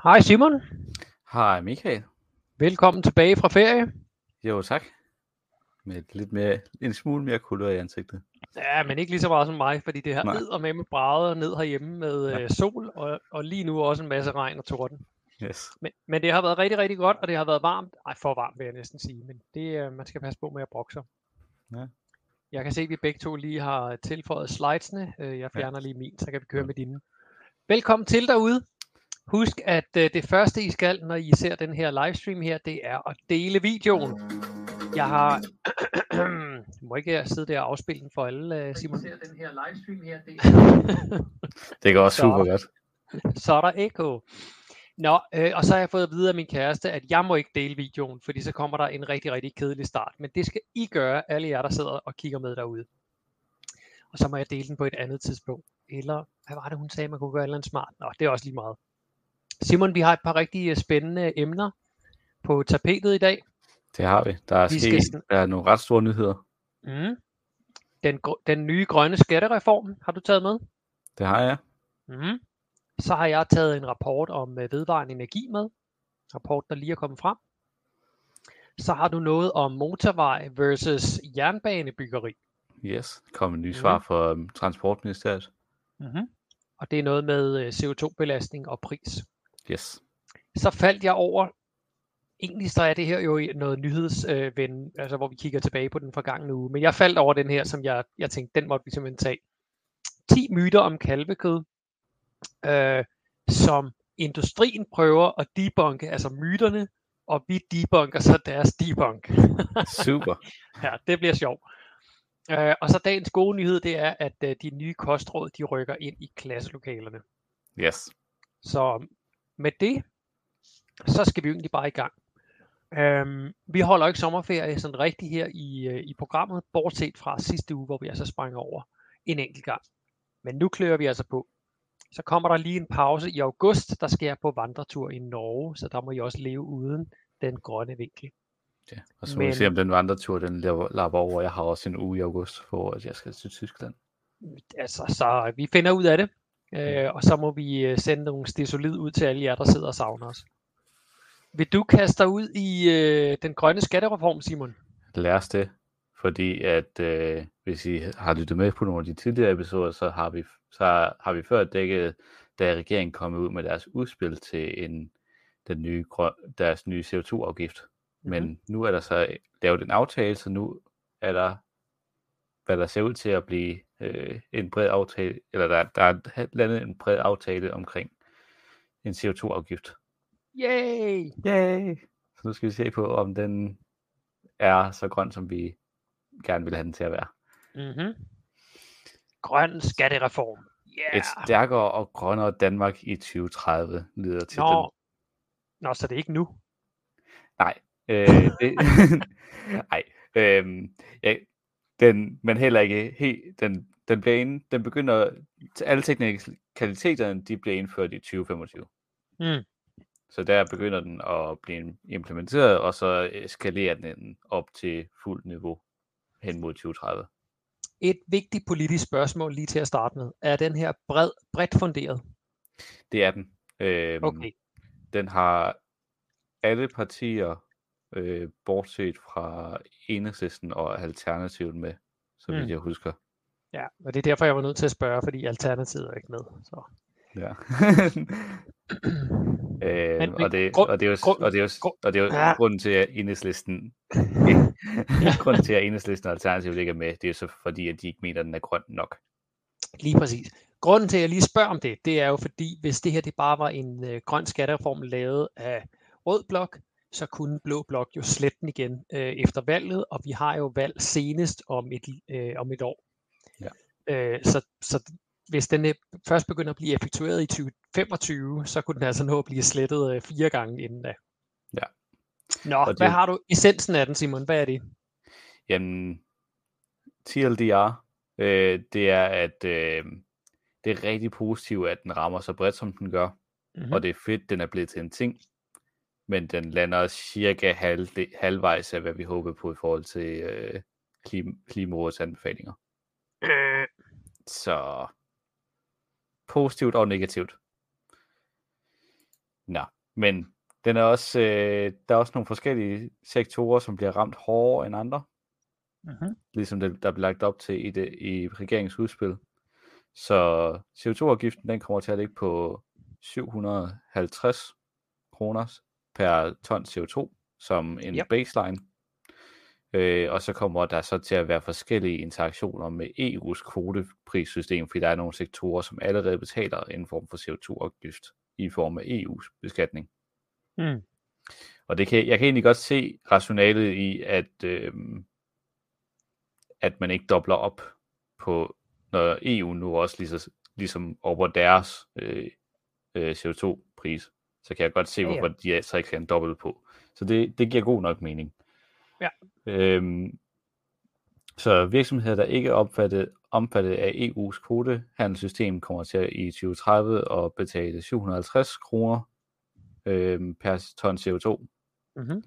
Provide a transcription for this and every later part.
Hej Simon, Hej Michael. velkommen tilbage fra ferie. Jo, tak. Med en smule mere kulør i ansigtet. Ja, men ikke lige så meget som mig, fordi det har Nej, eddermame braget ned herhjemme med ja, sol, og lige nu også en masse regn og torden. yes. Men det har været rigtig, rigtig godt, og det har været varmt. Ej, for varmt vil jeg næsten sige, men det, man skal passe på med at brokke sig. Ja, Jeg kan se, at vi begge to lige har tilføjet slidesene. Jeg ja. fjerner lige min, så kan vi køre med dine. Velkommen til derude. Husk, at det første I skal, når I ser den her livestream her, det er at dele videoen. Jeg har... Du må ikke sidde der og afspille den for alle, Simon. Når I ser den her livestream her, Det går også super godt. så er der ekko. Nå, og så har jeg fået at vide af min kæreste, at jeg må ikke dele videoen, fordi så kommer der en rigtig, rigtig kedelig start. Men det skal I gøre, alle jer, der sidder og kigger med derude. Og så må jeg dele den på et andet tidspunkt. Eller, hvad var det, hun sagde, man kunne gøre et eller andet smart? Nå, det er også lige meget. Simon, vi har et par rigtig spændende emner på tapetet i dag. Det har vi. Der er nogle ret store nyheder. Den nye grønne skattereform har du taget med. Det har jeg. Så har jeg taget en rapport om vedvarende energi med. Rapport, der lige er kommet frem. Så har du noget om motorvej versus jernbanebyggeri. Yes, der kom en ny svar fra Transportministeriet. Og det er noget med CO2-belastning og pris. Yes. Så faldt jeg over, egentlig så er det her jo noget nyhedsven, altså hvor vi kigger tilbage på den forgangne uge, men jeg faldt over den her, som jeg tænkte, den måtte vi simpelthen tage. 10 myter om kalvekød, som industrien prøver at debunke, altså myterne, og vi debunker så deres debunk. Super. Ja, det bliver sjovt. Og så dagens gode nyhed, det er, at de nye kostråd, de rykker ind i klasselokalerne. Yes. Så med det, så skal vi jo egentlig bare i gang. Vi holder ikke sommerferie sådan rigtigt her i programmet, bortset fra sidste uge, hvor vi altså sprang over en enkelt gang. Men nu klør vi altså på. Så kommer der lige en pause i august, der skal jeg på vandretur i Norge, så der må I også leve uden den grønne vinkel. Ja, og så må vi se, om den vandretur, den lapper over. Jeg har også en uge i august, hvor jeg skal til Tyskland. Altså, så vi finder ud af det, og så må vi sende nogle stesolid ud til alle jer, der sidder og savner os. Vil du kaste dig ud i den grønne skattereform, Simon? Lad os det, fordi at hvis I har lyttet med på nogle af de tidligere episoder, så har vi før dækket, da regeringen kom ud med deres udspil til deres nye CO2-afgift. Men nu er der så lavet en aftale, så nu er der, hvad der ser ud til at blive en bred aftale, eller der er landet en bred aftale omkring en CO2-afgift. Yay! Så nu skal vi se på, om den er så grøn, som vi gerne vil have den til at være. Grøn skattereform. Et stærkere og grønnere Danmark i 2030 lyder til den. Nå, så det er ikke nu? Nej. Men heller ikke helt. Den begynder, alle teknikaliteterne, de bliver indført i 2025. Så der begynder den at blive implementeret, og så eskalerer den op til fuldt niveau hen mod 2030. Et vigtigt politisk spørgsmål lige til at starte med. Er den her bredt funderet? Det er den. Okay. Den har alle partier, bortset fra Enhedslisten og Alternativet med, så vidt jeg husker. Ja, og det er derfor, jeg var nødt til at spørge, fordi Alternativet er ikke med. Så. Ja. Og det er jo grunden til, at Enhedslisten grunden til, at Enhedslisten og Alternativet ikke er med, det er jo så fordi, at de ikke mener, at den er grøn nok. Lige præcis. Grunden til, at jeg lige spørger om det er jo fordi, hvis det her det bare var en grøn skattereform lavet af rød blok, så kunne blå blok jo slette den igen efter valget, og vi har jo valg senest om et år. Ja. Så hvis den først begynder at blive effektueret i 2025, så kunne den altså nå at blive slettet 4 gange inden da. Ja. Nå, hvad har du essensen af den, Simon? Hvad er det? Jamen, TLDR, det er, at det er rigtig positivt, at den rammer så bredt, som den gør. Og det er fedt, den er blevet til en ting. Men den lander cirka halvvejs af, hvad vi håber på i forhold til Klimarådets anbefalinger. Så positivt og negativt. Nå, Men den er også, der er også nogle forskellige sektorer, som bliver ramt hårdere end andre. Mm-hmm. Ligesom der bliver lagt op til i regeringens udspil. Så CO2-afgiften, den kommer til at ligge på 750 kroner per ton CO2 som en baseline. Og så kommer der så til at være forskellige interaktioner med EU's kvoteprissystem, fordi der er nogle sektorer, som allerede betaler en form for CO2-afgift i form af EU's beskatning. Mm. Og jeg kan egentlig godt se rationalet i, at man ikke dobler op på, når EU nu også ligesom over deres CO2-pris, så kan jeg godt se, hvorfor de så ikke kan dobbelt på. Så det giver god nok mening. Ja. Så virksomheder, der ikke er omfattet af EU's kvotehandelssystem, kommer til i 2030 at betale 750 kroner per ton CO2. Mm-hmm.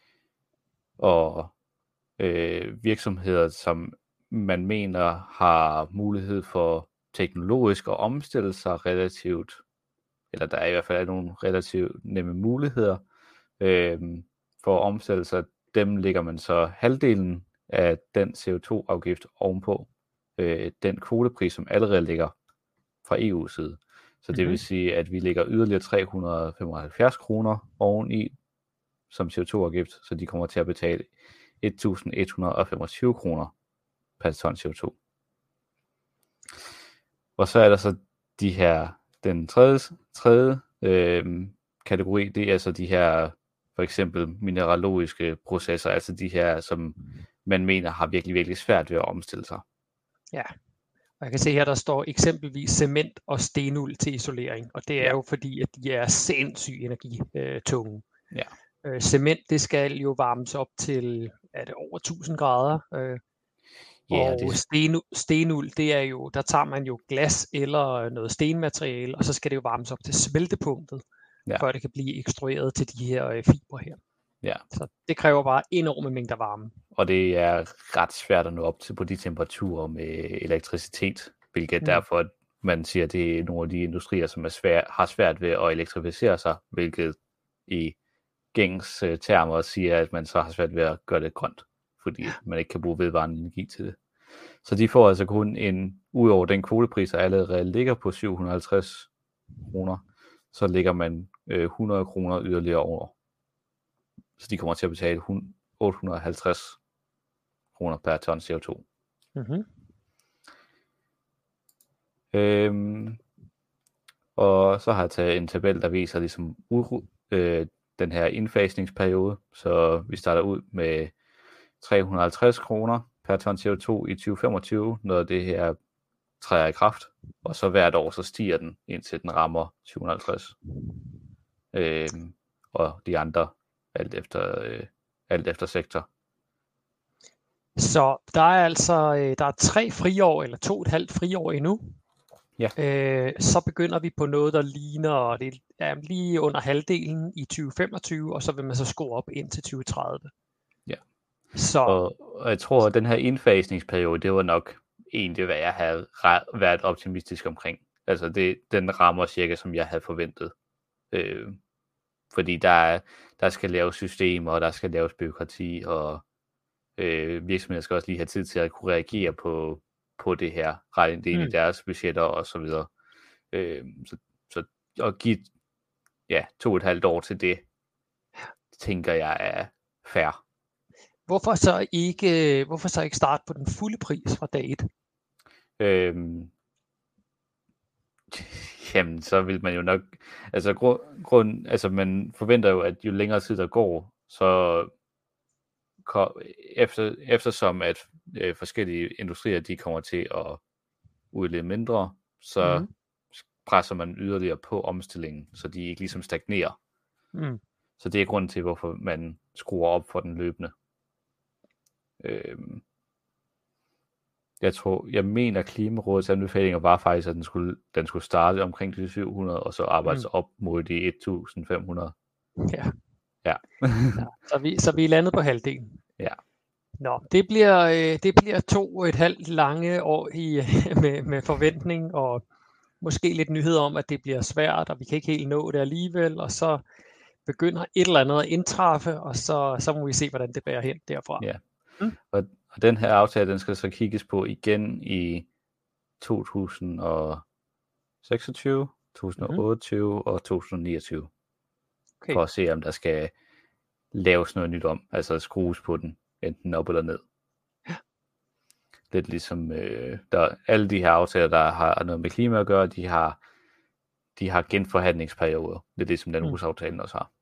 Og virksomheder, som man mener har mulighed for teknologisk at omstille sig relativt, eller der er i hvert fald nogle relativt nemme muligheder for at omstille sig, dem lægger man så halvdelen af den CO2-afgift ovenpå den kvotepris, som allerede ligger fra EU's side. Så det vil sige, at vi lægger yderligere 375 kroner oveni som CO2-afgift, så de kommer til at betale 1.125 kroner per ton CO2. Og så er der så den tredje kategori, det er så de her for eksempel mineralogiske processer, altså de her, som man mener har virkelig, virkelig svært ved at omstille sig. Ja, og jeg kan se her, der står eksempelvis cement og stenuld til isolering, og det er jo fordi, at de er sindssygt energitunge. Ja. Cement, det skal jo varmes op til, er det over 1000 grader? Og stenuld, det er jo, der tager man jo glas eller noget stenmateriale, og så skal det jo varmes op til smeltepunktet, før det kan blive ekstrueret til de her fibre her. Ja. Så det kræver bare enorme mængder varme. Og det er ret svært at nå op til på de temperaturer med elektricitet, hvilket derfor, at man siger, at det er nogle af de industrier, som har svært ved at elektrificere sig, hvilket i gængs termer siger, at man så har svært ved at gøre det grønt, fordi man ikke kan bruge vedvarende energi til det. Så de får altså kun ud over den kvotepris, der allerede ligger på 750 kroner, så ligger man 100 kroner yderligere over. Så de kommer til at betale 850 kroner per ton CO2. Mm-hmm. Og så har jeg taget en tabel, der viser ligesom den her indfasningsperiode. Så vi starter ud med 350 kroner per ton CO2 i 2025, når det her træder i kraft. Og så hvert år, så stiger den, indtil den rammer 750. Og de andre, alt efter sektor. Så der er altså der er 3 friår, eller 2,5 friår endnu. Ja. Så begynder vi på noget, der ligner det er lige under halvdelen i 2025, og så vil man så skrue op ind til 2030. Ja. Så. Og jeg tror, at den her indfasningsperiode, det var nok egentlig, hvad jeg havde været optimistisk omkring. Altså den rammer cirka, som jeg havde forventet. Fordi der skal laves systemer, og der skal laves bureaukrati, og virksomheder skal også lige have tid til at kunne reagere på det her, rette det ind i deres budgetter og så videre. Så at give 2,5 år til det, tænker jeg er fair. Hvorfor så ikke starte på den fulde pris fra dag 1? Jamen, så vil man jo nok, altså man forventer jo, at jo længere tid der går, så eftersom at forskellige industrier, de kommer til at udlede mindre, så presser man yderligere på omstillingen, så de ikke ligesom stagnerer. Så det er grunden til, hvorfor man skruer op for den løbende. Jeg mener, Klimarådets anbefalinger var faktisk, at den skulle starte omkring de 700, og så arbejde sig op mod de 1500. Ja. Så vi er landet på halvdelen. Ja. Nå, det bliver 2,5 lange år med forventning, og måske lidt nyhed om, at det bliver svært, og vi kan ikke helt nå det alligevel, og så begynder et eller andet at indtræffe, og så må vi se, hvordan det bærer hen derfra. Ja. Og den her aftale, den skal så kigges på igen i 2026, 2028 og 2029. Okay. For at se, om der skal laves noget nyt om, altså skrues på den, enten op eller ned. Ja. Lidt ligesom alle de her aftaler, der har noget med klima at gøre, de har genforhandlingsperioder. Lidt ligesom den USA-aftalen også har.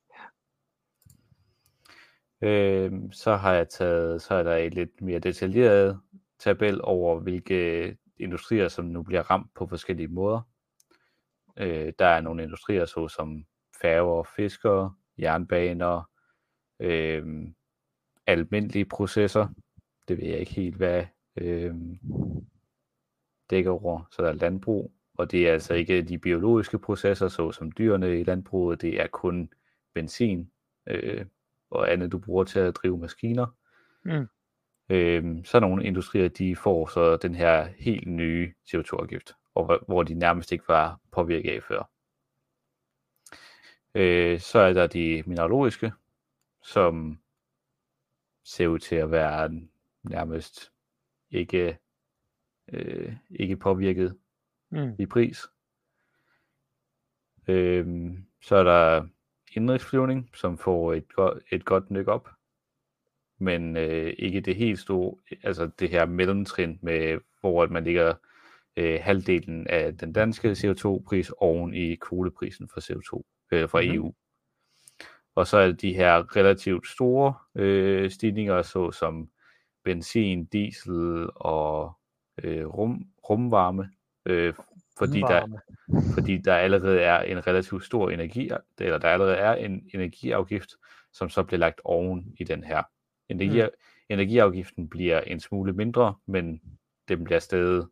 Så er der et lidt mere detaljeret tabel over, hvilke industrier, som nu bliver ramt på forskellige måder. Der er nogle industrier, såsom færger, fiskere, jernbaner, almindelige processer. Det ved jeg ikke helt, hvad dækker over. Så der er landbrug, og det er altså ikke de biologiske processer, såsom dyrene i landbruget. Det er kun benzin og andet, du bruger til at drive maskiner. Så nogle industrier, de får så den her helt nye CO2-afgift, hvor de nærmest ikke var påvirket af før. Så er der de mineralogiske, som ser ud til at være nærmest ikke påvirket i pris. Så er der indenrigsflyvning, som får et godt nyk op, men ikke det helt store, altså det her mellemtrin, hvor man ligger halvdelen af den danske CO2-pris oven i kvoteprisen for CO2 fra EU. Og så er det de her relativt store stigninger, såsom benzin, diesel og rumvarme, fordi der allerede er en relativt stor energiafgift, som så bliver lagt oven i den her. Energiafgiften bliver en smule mindre, men den bliver stadig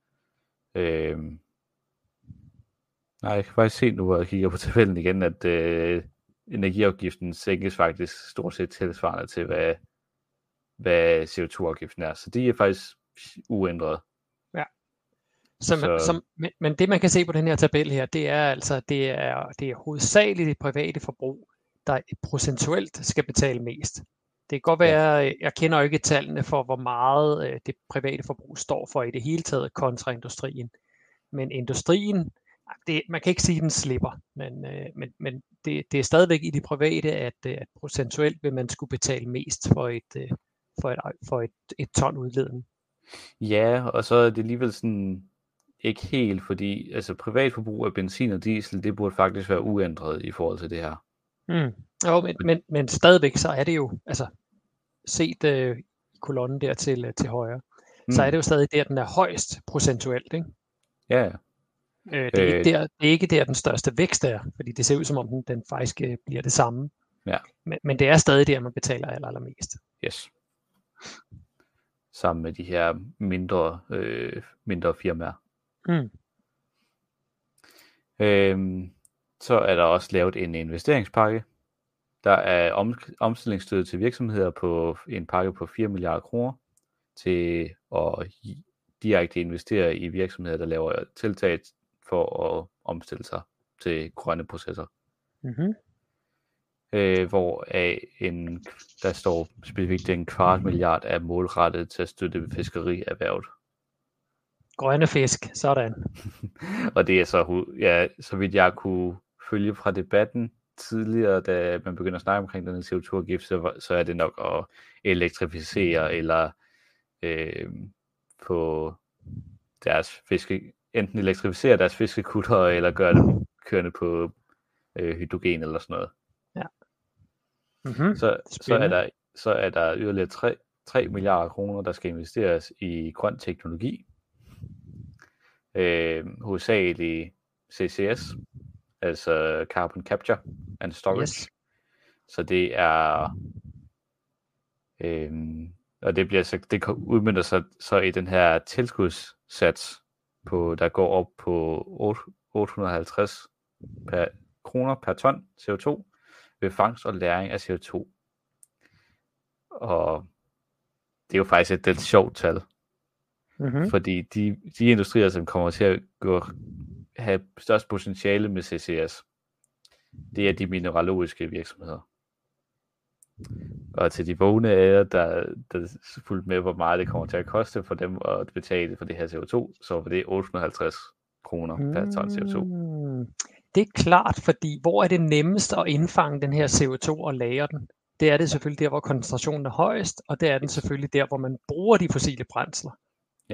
jeg kan faktisk se nu, hvor jeg kigger på tabellen igen, at energiafgiften sænkes faktisk stort set tilsvarende til, hvad CO2-afgiften er. Så de er faktisk uændret. Ja. Men det, man kan se på den her tabel her, det er altså, det er hovedsageligt det private forbrug, der procentuelt skal betale mest. Det kan godt være, jeg kender jo ikke tallene for, hvor meget det private forbrug står for i det hele taget kontra industrien. Men industrien, man kan ikke sige, at den slipper, men det er stadigvæk i det private, at procentuelt vil man skulle betale mest for et ton udledning. Ja, og så er det alligevel sådan ikke helt, fordi altså privatforbrug af benzin og diesel, det burde faktisk være uændret i forhold til det her. Jo, men stadigvæk så er det jo, altså set i kolonnen der til højre, så er det jo stadig der, den er højst procentuelt, ikke? Ja. Det er ikke der, den største vækst er, fordi det ser ud som om den faktisk bliver det samme. Ja. Men det er stadig der, man betaler allermest. Yes. Sammen med de her mindre firmaer. Så er der også lavet en investeringspakke. Der er omstillingsstøtte til virksomheder på en pakke på 4 milliarder kroner til at direkte investere i virksomheder, der laver tiltag for at omstille sig til grønne processer. Hvor der står specifikt 1/4 milliard er målrettet til at støtte fiskerierhvervet. Grønne fisk, sådan. Og det er så vidt jeg kunne følge fra debatten tidligere, da man begynder at snakke omkring den CO2-afgift, så er det nok at elektrificere eller få deres enten elektrificere deres fiskekutter eller gøre dem kørende på hydrogen eller sådan noget. Ja. Så er der yderligere 3 milliarder kroner, der skal investeres i grøn teknologi. Hovedsageligt CCS, altså Carbon Capture and Storage. Yes. Så det er og det udmønter sig så i den her tilskudssats der går op på 850 kroner per ton CO2 ved fangst og lagring af CO2. Og det er jo faktisk et sjovt tal. Fordi de industrier, som kommer til at have størst potentiale med CCS, det er de mineralogiske virksomheder. Og til de vågne ære, der fulgte med, hvor meget det kommer til at koste for dem at betale for det her CO2, så var det 850 kroner per ton CO2. Det er klart, fordi hvor er det nemmest at indfange den her CO2 og lagre den? Det er det selvfølgelig der, hvor koncentrationen er højest, og det er den selvfølgelig der, hvor man bruger de fossile brændsler. Ja.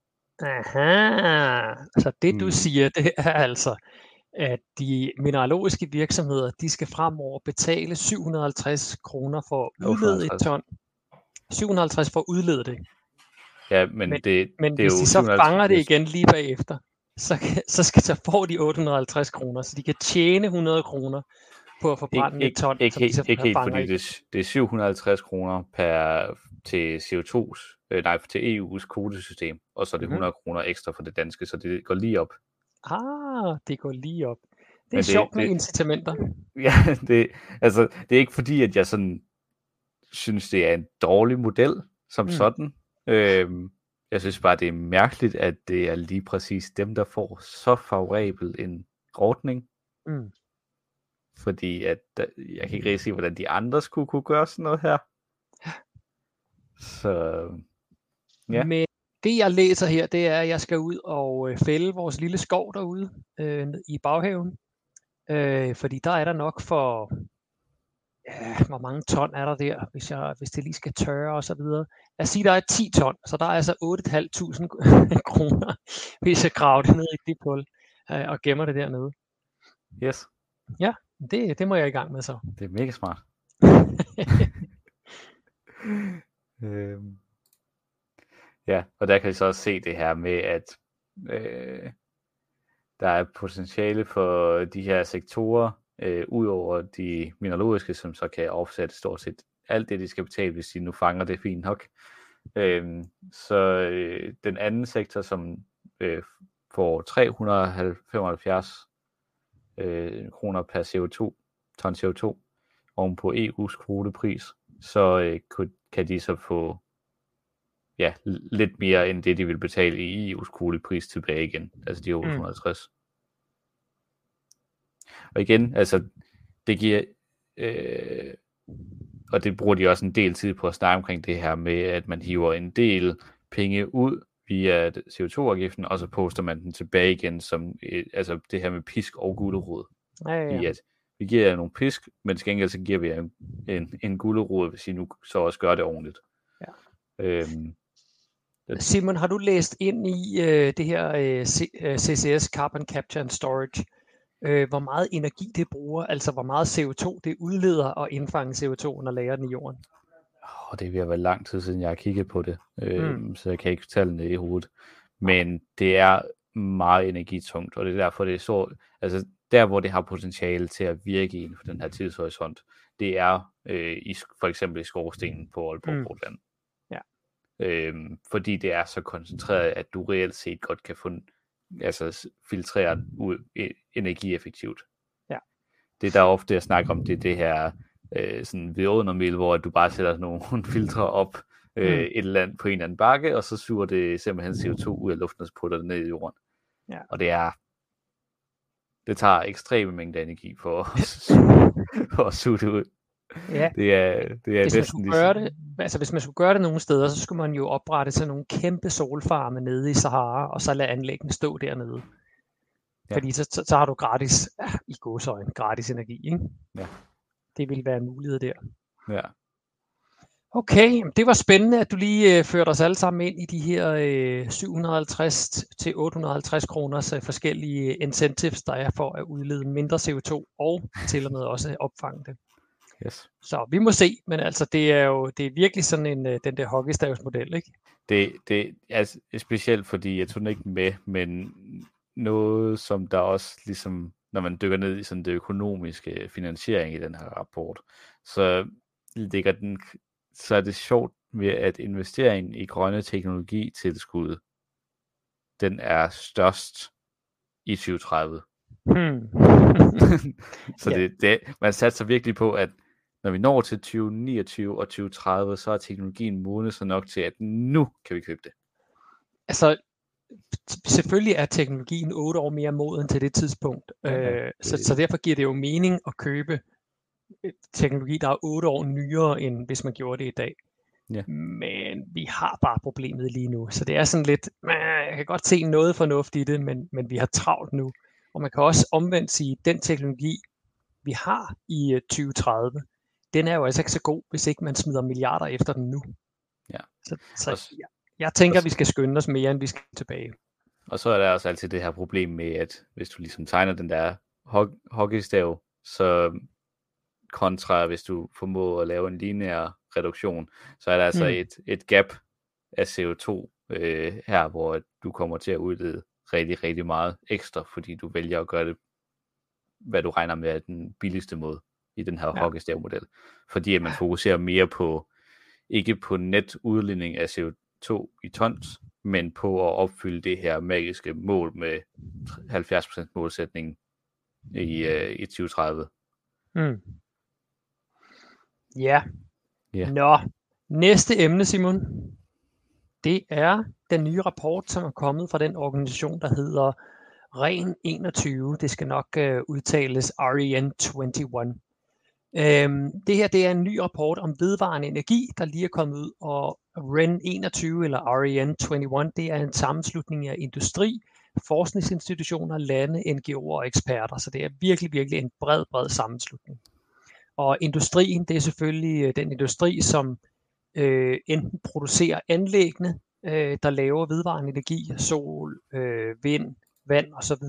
Aha, så det du siger, det er altså, at de mineralogiske virksomheder, de skal fremover betale 750 kroner for at udlede et ton. 750 for at udlede det. Ja, men det det er hvis jo de så fanger det igen lige bagefter, så får de 850 kroner, så de kan tjene 100 kroner på at forbrænde et ton, som de så ikke fanger helt, fordi det er 750 kroner til CO2's, til EU's kvotesystem, og så er det 100 kroner ekstra for det danske, så det går lige op. Det går lige op. Det er sjovt med incitamenter. Ja, det er ikke fordi, at jeg sådan synes, det er en dårlig model som sådan. Jeg synes bare, det er mærkeligt, at det er lige præcis dem, der får så favorabel en ordning. Fordi at jeg kan ikke rigtig se, hvordan de andre skulle kunne gøre sådan noget her. Så ja. Men det jeg læser her, det er, at jeg skal ud og fælde vores lille skov derude i baghaven. Fordi der er der nok for, hvor mange ton er der der, hvis det lige skal tørre og så videre. Lad os sige, der er 10 ton, så der er altså 8.500 kroner, hvis jeg graver det ned i det hul og gemmer det dernede. Yes. Ja, det må jeg i gang med så. Det er mega smart. Ja, og der kan I så også se det her med, at der er potentiale for de her sektorer, ud over de mineralogiske, som så kan offsætte stort set alt det, de skal betale, hvis de nu fanger det fint nok. Så den anden sektor, som får 375 kroner per ton CO2 oven på EU's kvotepris, så kan de så få lidt mere end det, de vil betale i EU's kvotepris tilbage igen. Altså de 850. Og igen, altså det giver, og det bruger de også en del tid på at snakke omkring det her med, at man hiver en del penge ud via CO2-afgiften, og så poster man den tilbage igen, som altså det her med pisk og gulerod. I at vi giver jer nogle pisk, men til gengæld så giver vi jer en gulerod, hvis I nu så også gør det ordentligt. Ja. Simon, har du læst ind i det her CCS, Carbon Capture and Storage, hvor meget energi det bruger, altså hvor meget CO2 det udleder at indfange CO2 og lagre den i jorden? Det er ved at være lang tid siden, jeg har kigget på det, så jeg kan ikke tallene i hovedet. Men det er meget energitungt, og det er derfor, det er så, altså der, hvor det har potentiale til at virke inden for den her tidshorisont, det er for eksempel i skorstenen på Aalborg Portland. Fordi det er så koncentreret, at du reelt set godt kan få filtrere ud energieffektivt. Ja. Det der ofte jeg snakker om, det her sådan vidundermiddel, hvor du bare sætter nogle filtre op et eller andet på en eller anden bakke, og så suger det simpelthen CO2 ud af luften og putter det ned i jorden. Ja. Og det tager ekstreme mængder energi for at suge det ud. Ja. Det er hvis man skulle gøre det nogle steder, så skulle man jo oprette sådan nogle kæmpe solfarme nede i Sahara, og så lade anlæggene stå dernede. Ja. Fordi så har du gratis, i gåseøjne, gratis energi, ikke? Ja. Det ville være en mulighed der. Ja. Okay, det var spændende, at du lige førte os alle sammen ind i de her 750 til 850 kroners forskellige incentives, der er for at udlede mindre CO2 og til og med også opfange det. Yes. Så vi må se, men altså det er virkelig sådan den der hockeystavsmodel, ikke? Det er specielt, fordi jeg tog den ikke med, men noget som der også ligesom, når man dykker ned i sådan det økonomiske finansiering i den her rapport, så er det sjovt ved, at investeringen i grønne teknologi-tilskud, den er størst i 2030. Så man satser virkelig på, at når vi når til 2029 og 2030, så er teknologien modnet så nok til, at nu kan vi købe det. Altså, selvfølgelig er teknologien 8 år mere moden til det tidspunkt, så derfor giver det jo mening at købe teknologi, der er 8 år nyere, end hvis man gjorde det i dag. Ja. Men vi har bare problemet lige nu, så det er sådan lidt, jeg kan godt se noget fornuft i det, men vi har travlt nu. Og man kan også omvendt sige, at den teknologi, vi har i 2030, den er jo altså ikke så god, hvis ikke man smider milliarder efter den nu. Ja. Så jeg tænker, vi skal skynde os mere, end vi skal tilbage. Og så er der også altid det her problem med, at hvis du ligesom tegner den der hockeystav, så kontra hvis du formår at lave en lineær reduktion, så er der altså et gap af CO2 her, hvor du kommer til at udlede rigtig, rigtig meget ekstra, fordi du vælger at gøre det, hvad du regner med er den billigste måde i den her hockeystav-model. Fordi at man fokuserer mere på, ikke på net udledning af CO2 i tons, men på at opfylde det her magiske mål med 70% målsætningen i 2030. Ja. Nå, næste emne, Simon, det er den nye rapport, som er kommet fra den organisation, der hedder REN 21. Det skal nok udtales REN 21. Det her, det er en ny rapport om vedvarende energi, der lige er kommet ud, og REN 21 eller REN 21, det er en sammenslutning af industri, forskningsinstitutioner, lande, NGO'er og eksperter, så det er virkelig, virkelig en bred sammenslutning. Og industrien, det er selvfølgelig den industri, som enten producerer anlæggene, der laver vedvarende energi, sol, vind, vand osv.,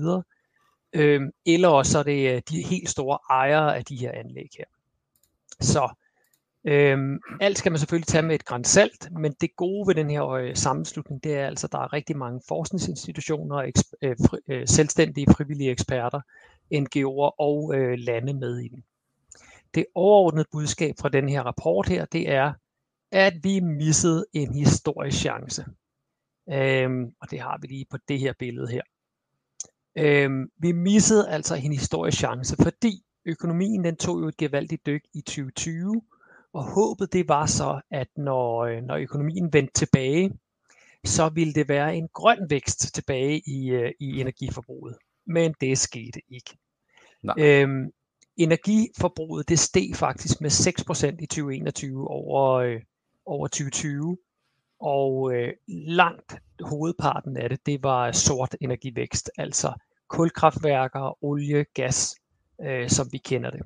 eller også er det de helt store ejere af de her anlæg her. Så alt skal man selvfølgelig tage med et gran salt, men det gode ved den her sammenslutning, det er altså, at der er rigtig mange forskningsinstitutioner, selvstændige frivillige eksperter, NGO'er og lande med i den. Det overordnede budskab fra den her rapport her, det er, at vi missede en historisk chance. Og det har vi lige på det her billede her. Vi missede altså en historisk chance, fordi økonomien den tog jo et gevaldigt dyk i 2020, og håbet det var så, at når økonomien vendte tilbage, så ville det være en grøn vækst tilbage i energiforbruget. Men det skete ikke. Energiforbruget det steg faktisk med 6% i 2021 over 2020, og langt hovedparten af det var sort energivækst, altså kulkraftværker, olie, gas, som vi kender det.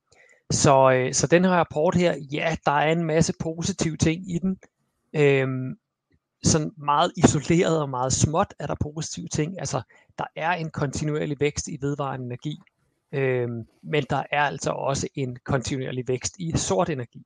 Så den her rapport her, ja, der er en masse positive ting i den. Sådan meget isoleret og meget småt er der positive ting. Altså, der er en kontinuerlig vækst i vedvarende energi, men der er altså også en kontinuerlig vækst i sort energi.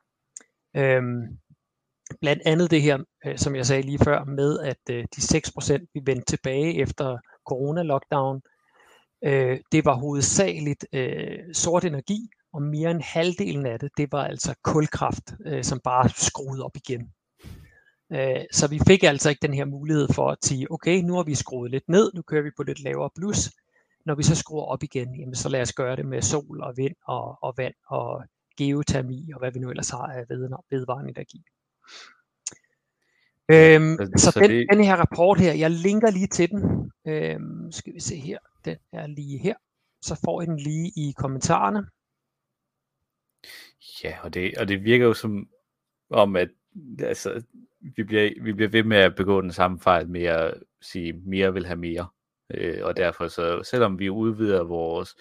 Blandt andet det her, som jeg sagde lige før, med at de 6% vi vendte tilbage efter corona-lockdown, det var hovedsageligt sort energi, og mere end halvdelen af det var altså kulkraft, som bare skruede op igen. Så vi fik altså ikke den her mulighed for at sige, okay, nu har vi skruet lidt ned, nu kører vi på lidt lavere blus. Når vi så skruer op igen, jamen, så lad os gøre det med sol og vind og vand og geotermi og hvad vi nu ellers har af vedvarende energi. Så den her rapport her, jeg linker lige til den. Skal vi se her, den er lige her. Så får I den lige i kommentarerne. Ja, og det virker jo som om, at altså, vi bliver ved med at begå den samme fejl med at sige, mere vil have mere. Og derfor så, selvom vi udvider vores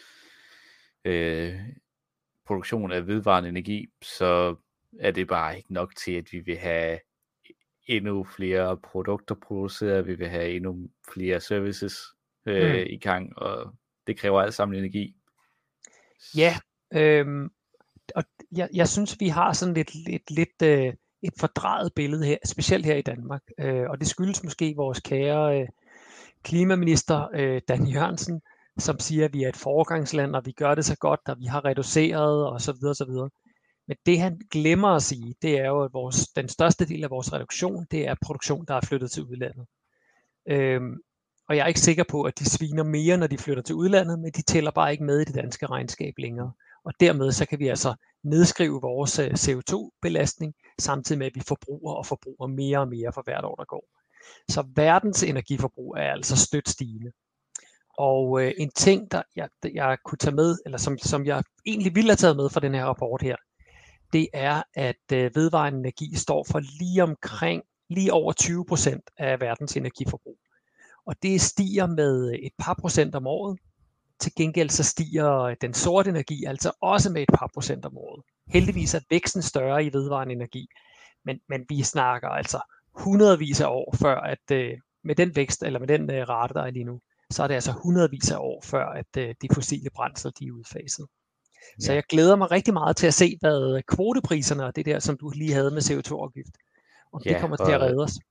produktion af vedvarende energi, så er det bare ikke nok til, at vi vil have endnu flere produkter produceret, vi vil have endnu flere services i gang, og det kræver alt sammen energi. Ja, og jeg synes, vi har sådan lidt et fordrejet billede her, specielt her i Danmark, og det skyldes måske vores kære klimaminister Dan Jørgensen, som siger, at vi er et foregangsland, og vi gør det så godt, og vi har reduceret, og så videre, så videre. Men det han glemmer at sige, det er jo, at den største del af vores reduktion, det er produktion, der er flyttet til udlandet. Og jeg er ikke sikker på, at de sviner mere, når de flytter til udlandet, men de tæller bare ikke med i det danske regnskab længere. Og dermed så kan vi altså nedskrive vores CO2-belastning, samtidig med, at vi forbruger mere og mere for hvert år, der går. Så verdens energiforbrug er altså støt stigende. Og en ting, der jeg kunne tage med, eller som jeg egentlig ville have taget med fra den her rapport her, det er, at vedvarende energi står for lige over 20% af verdens energiforbrug. Og det stiger med et par procent om året. Til gengæld så stiger den sorte energi altså også med et par procent om året. Heldigvis er væksten større i vedvarende energi, men vi snakker altså hundredvis af år før, at med den vækst, eller med den rate, der er lige nu, så er det altså hundredvis af år før, at de fossile brændsler de er udfaset. Ja. Så jeg glæder mig rigtig meget til at se, hvad kvotepriserne og det der, som du lige havde med CO2-afgift, om det kommer til at redde os.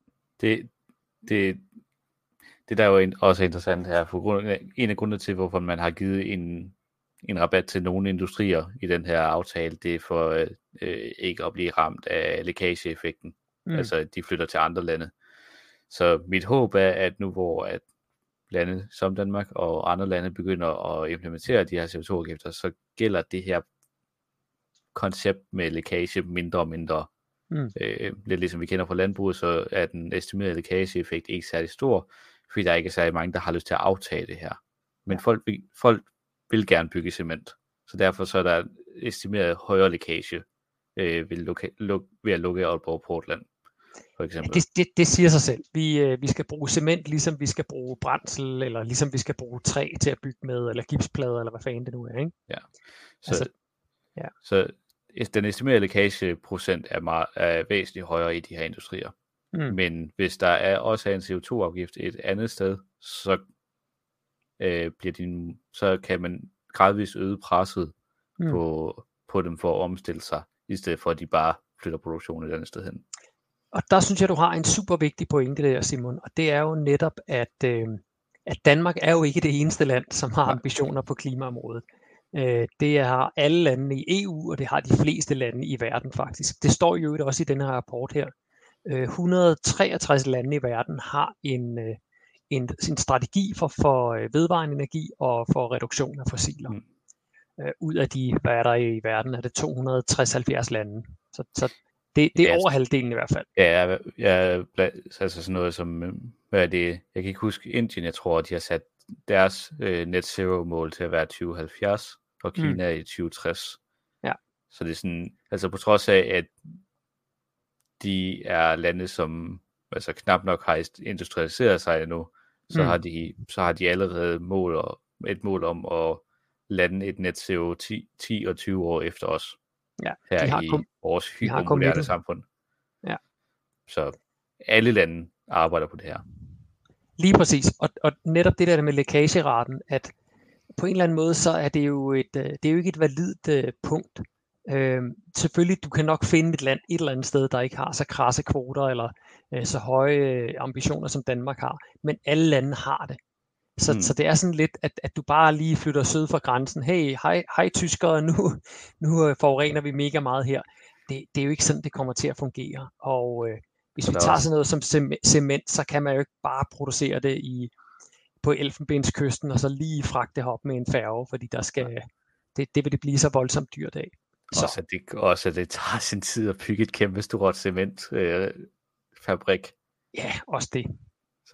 Det der er jo også interessant her, for en af grundene til, hvorfor man har givet en rabat til nogle industrier i den her aftale, det er for ikke at blive ramt af lækageeffekten. Altså, de flytter til andre lande. Så mit håb er, at nu hvor at lande som Danmark og andre lande begynder at implementere de her CO2-afgifter, så gælder det her koncept med lækage mindre og mindre. Lidt ligesom vi kender fra landbruget, så er den estimerede lækageeffekt ikke særlig stor, fordi der ikke er særlig mange, der har lyst til at aftage det her. Men folk vil gerne bygge cement, så derfor så er der estimeret højere lækage ved at lukke Aalborg Portland, for eksempel. Det siger sig selv. Vi skal bruge cement, ligesom vi skal bruge brændsel, eller ligesom vi skal bruge træ til at bygge med, eller gipsplader, eller hvad fanden det nu er, ikke? Ja. Så den estimerede lækageprocent er væsentligt højere i de her industrier. Men hvis der også er en CO2-afgift et andet sted, så så kan man gradvist øge presset på dem for at omstille sig, i stedet for at de bare flytter produktionen et andet sted hen. Og der synes jeg, du har en super vigtig pointe der, Simon, og det er jo netop, at Danmark er jo ikke det eneste land, som har ambitioner på klimaområdet. Det har alle lande i EU, og det har de fleste lande i verden faktisk. Det står jo også i denne her rapport her. 163 lande i verden har en strategi for vedvarende energi og for reduktion af fossiler. Ud af de, hvad er der i verden, er det 260-70 lande. Så det er over halvdelen i hvert fald. Ja, altså sådan noget som, hvad er det, jeg kan ikke huske Indien, jeg tror, de har sat deres net zero mål til at være 2070, og Kina i 2060. Ja. Så det er sådan, altså på trods af, at de er lande, som altså knap nok har industrialiseret sig endnu, så har de allerede et mål om at lande et net zero 10 og 20 år efter os. Ja, her i vores hypermoderne samfund. Ja. Så alle lande arbejder på det her. Lige præcis. Og netop det der med lækageraten, at på en eller anden måde, så er det jo ikke et validt punkt. Selvfølgelig, du kan nok finde et eller andet sted, der ikke har så krasse kvoter eller så høje ambitioner, som Danmark har. Men alle lande har det. Så det er sådan lidt, at du bare lige flytter syd fra grænsen. Hej tyskere, nu forurener vi mega meget her. Det er jo ikke sådan, det kommer til at fungere. Og hvis vi tager sådan noget som cement, så kan man jo ikke bare producere det på Elfenbenskysten, og så lige fragte det op med en færge, fordi det vil det blive så voldsomt dyrt af. Også at det tager sin tid at bygge et kæmpe stort cementfabrik. Ja, også det. Så.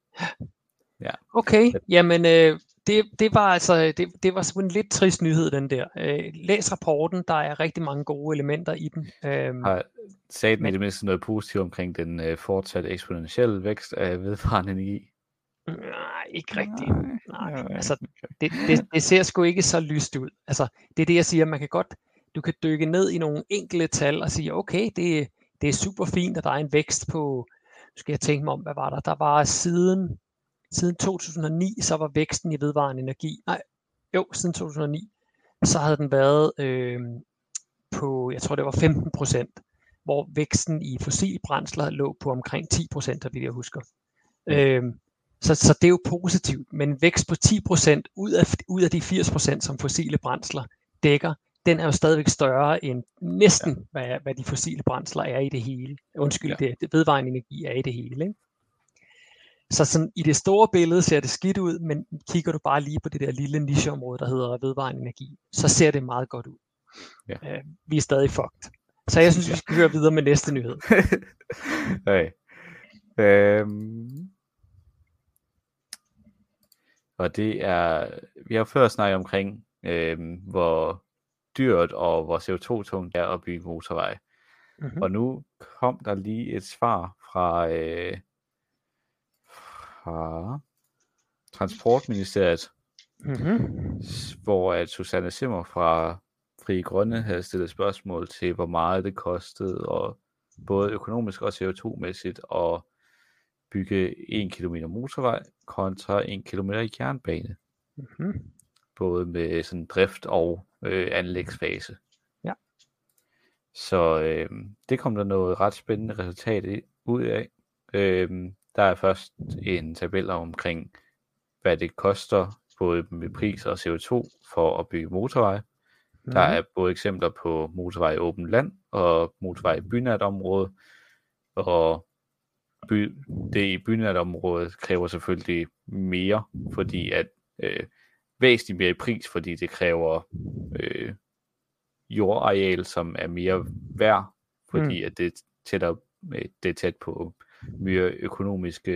Ja. Okay, jamen det var altså det var sådan en lidt trist nyhed, den der. Læs rapporten, der er rigtig mange gode elementer i den. Sagde den i det mindste noget positivt omkring den fortsatte eksponentielle vækst af vedvarende energi? Nej, ikke rigtigt. Nej, altså det ser sgu ikke så lyst ud. Altså det er det, jeg siger, du kan dykke ned i nogle enkelte tal og sige, okay, det er super fint, at der er en vækst på, skal jeg tænke mig om, hvad var der? Der var siden 2009, så var væksten i vedvarende energi, siden 2009, så havde den været på, jeg tror det var 15%, hvor væksten i fossile brændsler lå på omkring 10%, af det jeg husker. Så det er jo positivt, men vækst på 10% ud af de 80%, som fossile brændsler dækker, den er jo stadigvæk større end næsten, hvad de fossile brændsler er i det hele. Det vedvarende energi er i det hele, ikke? Så sådan, i det store billede ser det skidt ud, men kigger du bare lige på det der lille nicheområde, der hedder vedvarende energi, så ser det meget godt ud. Ja. Vi er stadig fucked. Så jeg synes, vi skal høre videre med næste nyhed. Okay. Øhm, og det er, vi har før snakket omkring, hvor dyrt og hvor CO2-tungt det er at bygge motorvej. Mm-hmm. Og nu kom der lige et svar fra Transportministeriet, Mm-hmm. hvor at Susanne Zimmer fra Frie Grønne havde stillet spørgsmål til, hvor meget det kostede, og både økonomisk og CO2-mæssigt, at bygge 1 kilometer motorvej kontra 1 kilometer jernbane. Mm-hmm. Både med sådan drift og anlægsfase. Ja. Så det kom der noget ret spændende resultat ud af. Der er først en tabel omkring, hvad det koster, både med pris og CO2, for at bygge motorvej. Der er både eksempler på motorvej i åbent land og motorvej i bynært område. Og det i bynært område kræver selvfølgelig mere, fordi at væsentligt mere i pris, fordi det kræver jordareal, som er mere værd, fordi at det er tæt på mere økonomisk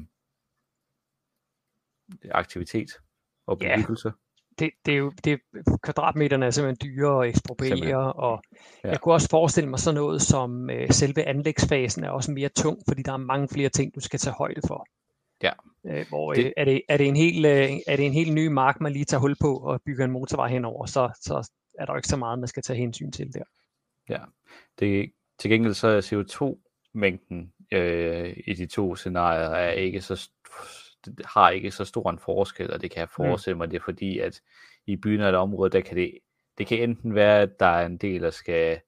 aktivitet og bebyggelse. Det er jo, kvadratmeterne er simpelthen dyrere at ekspropriere, og jeg kunne også forestille mig sådan noget som selve anlægsfasen er også mere tung, fordi der er mange flere ting, du skal tage højde for. Ja. Er det en helt ny mark, man lige tager hul på og bygger en motorvej henover, så er der jo ikke så meget, man skal tage hensyn til der. Ja, til gengæld så er CO2-mængden i de to scenarier har ikke så stor en forskel, og det kan jeg forestille mig, det er fordi, at i byen eller området, der kan det kan enten være, at der er en del, der skal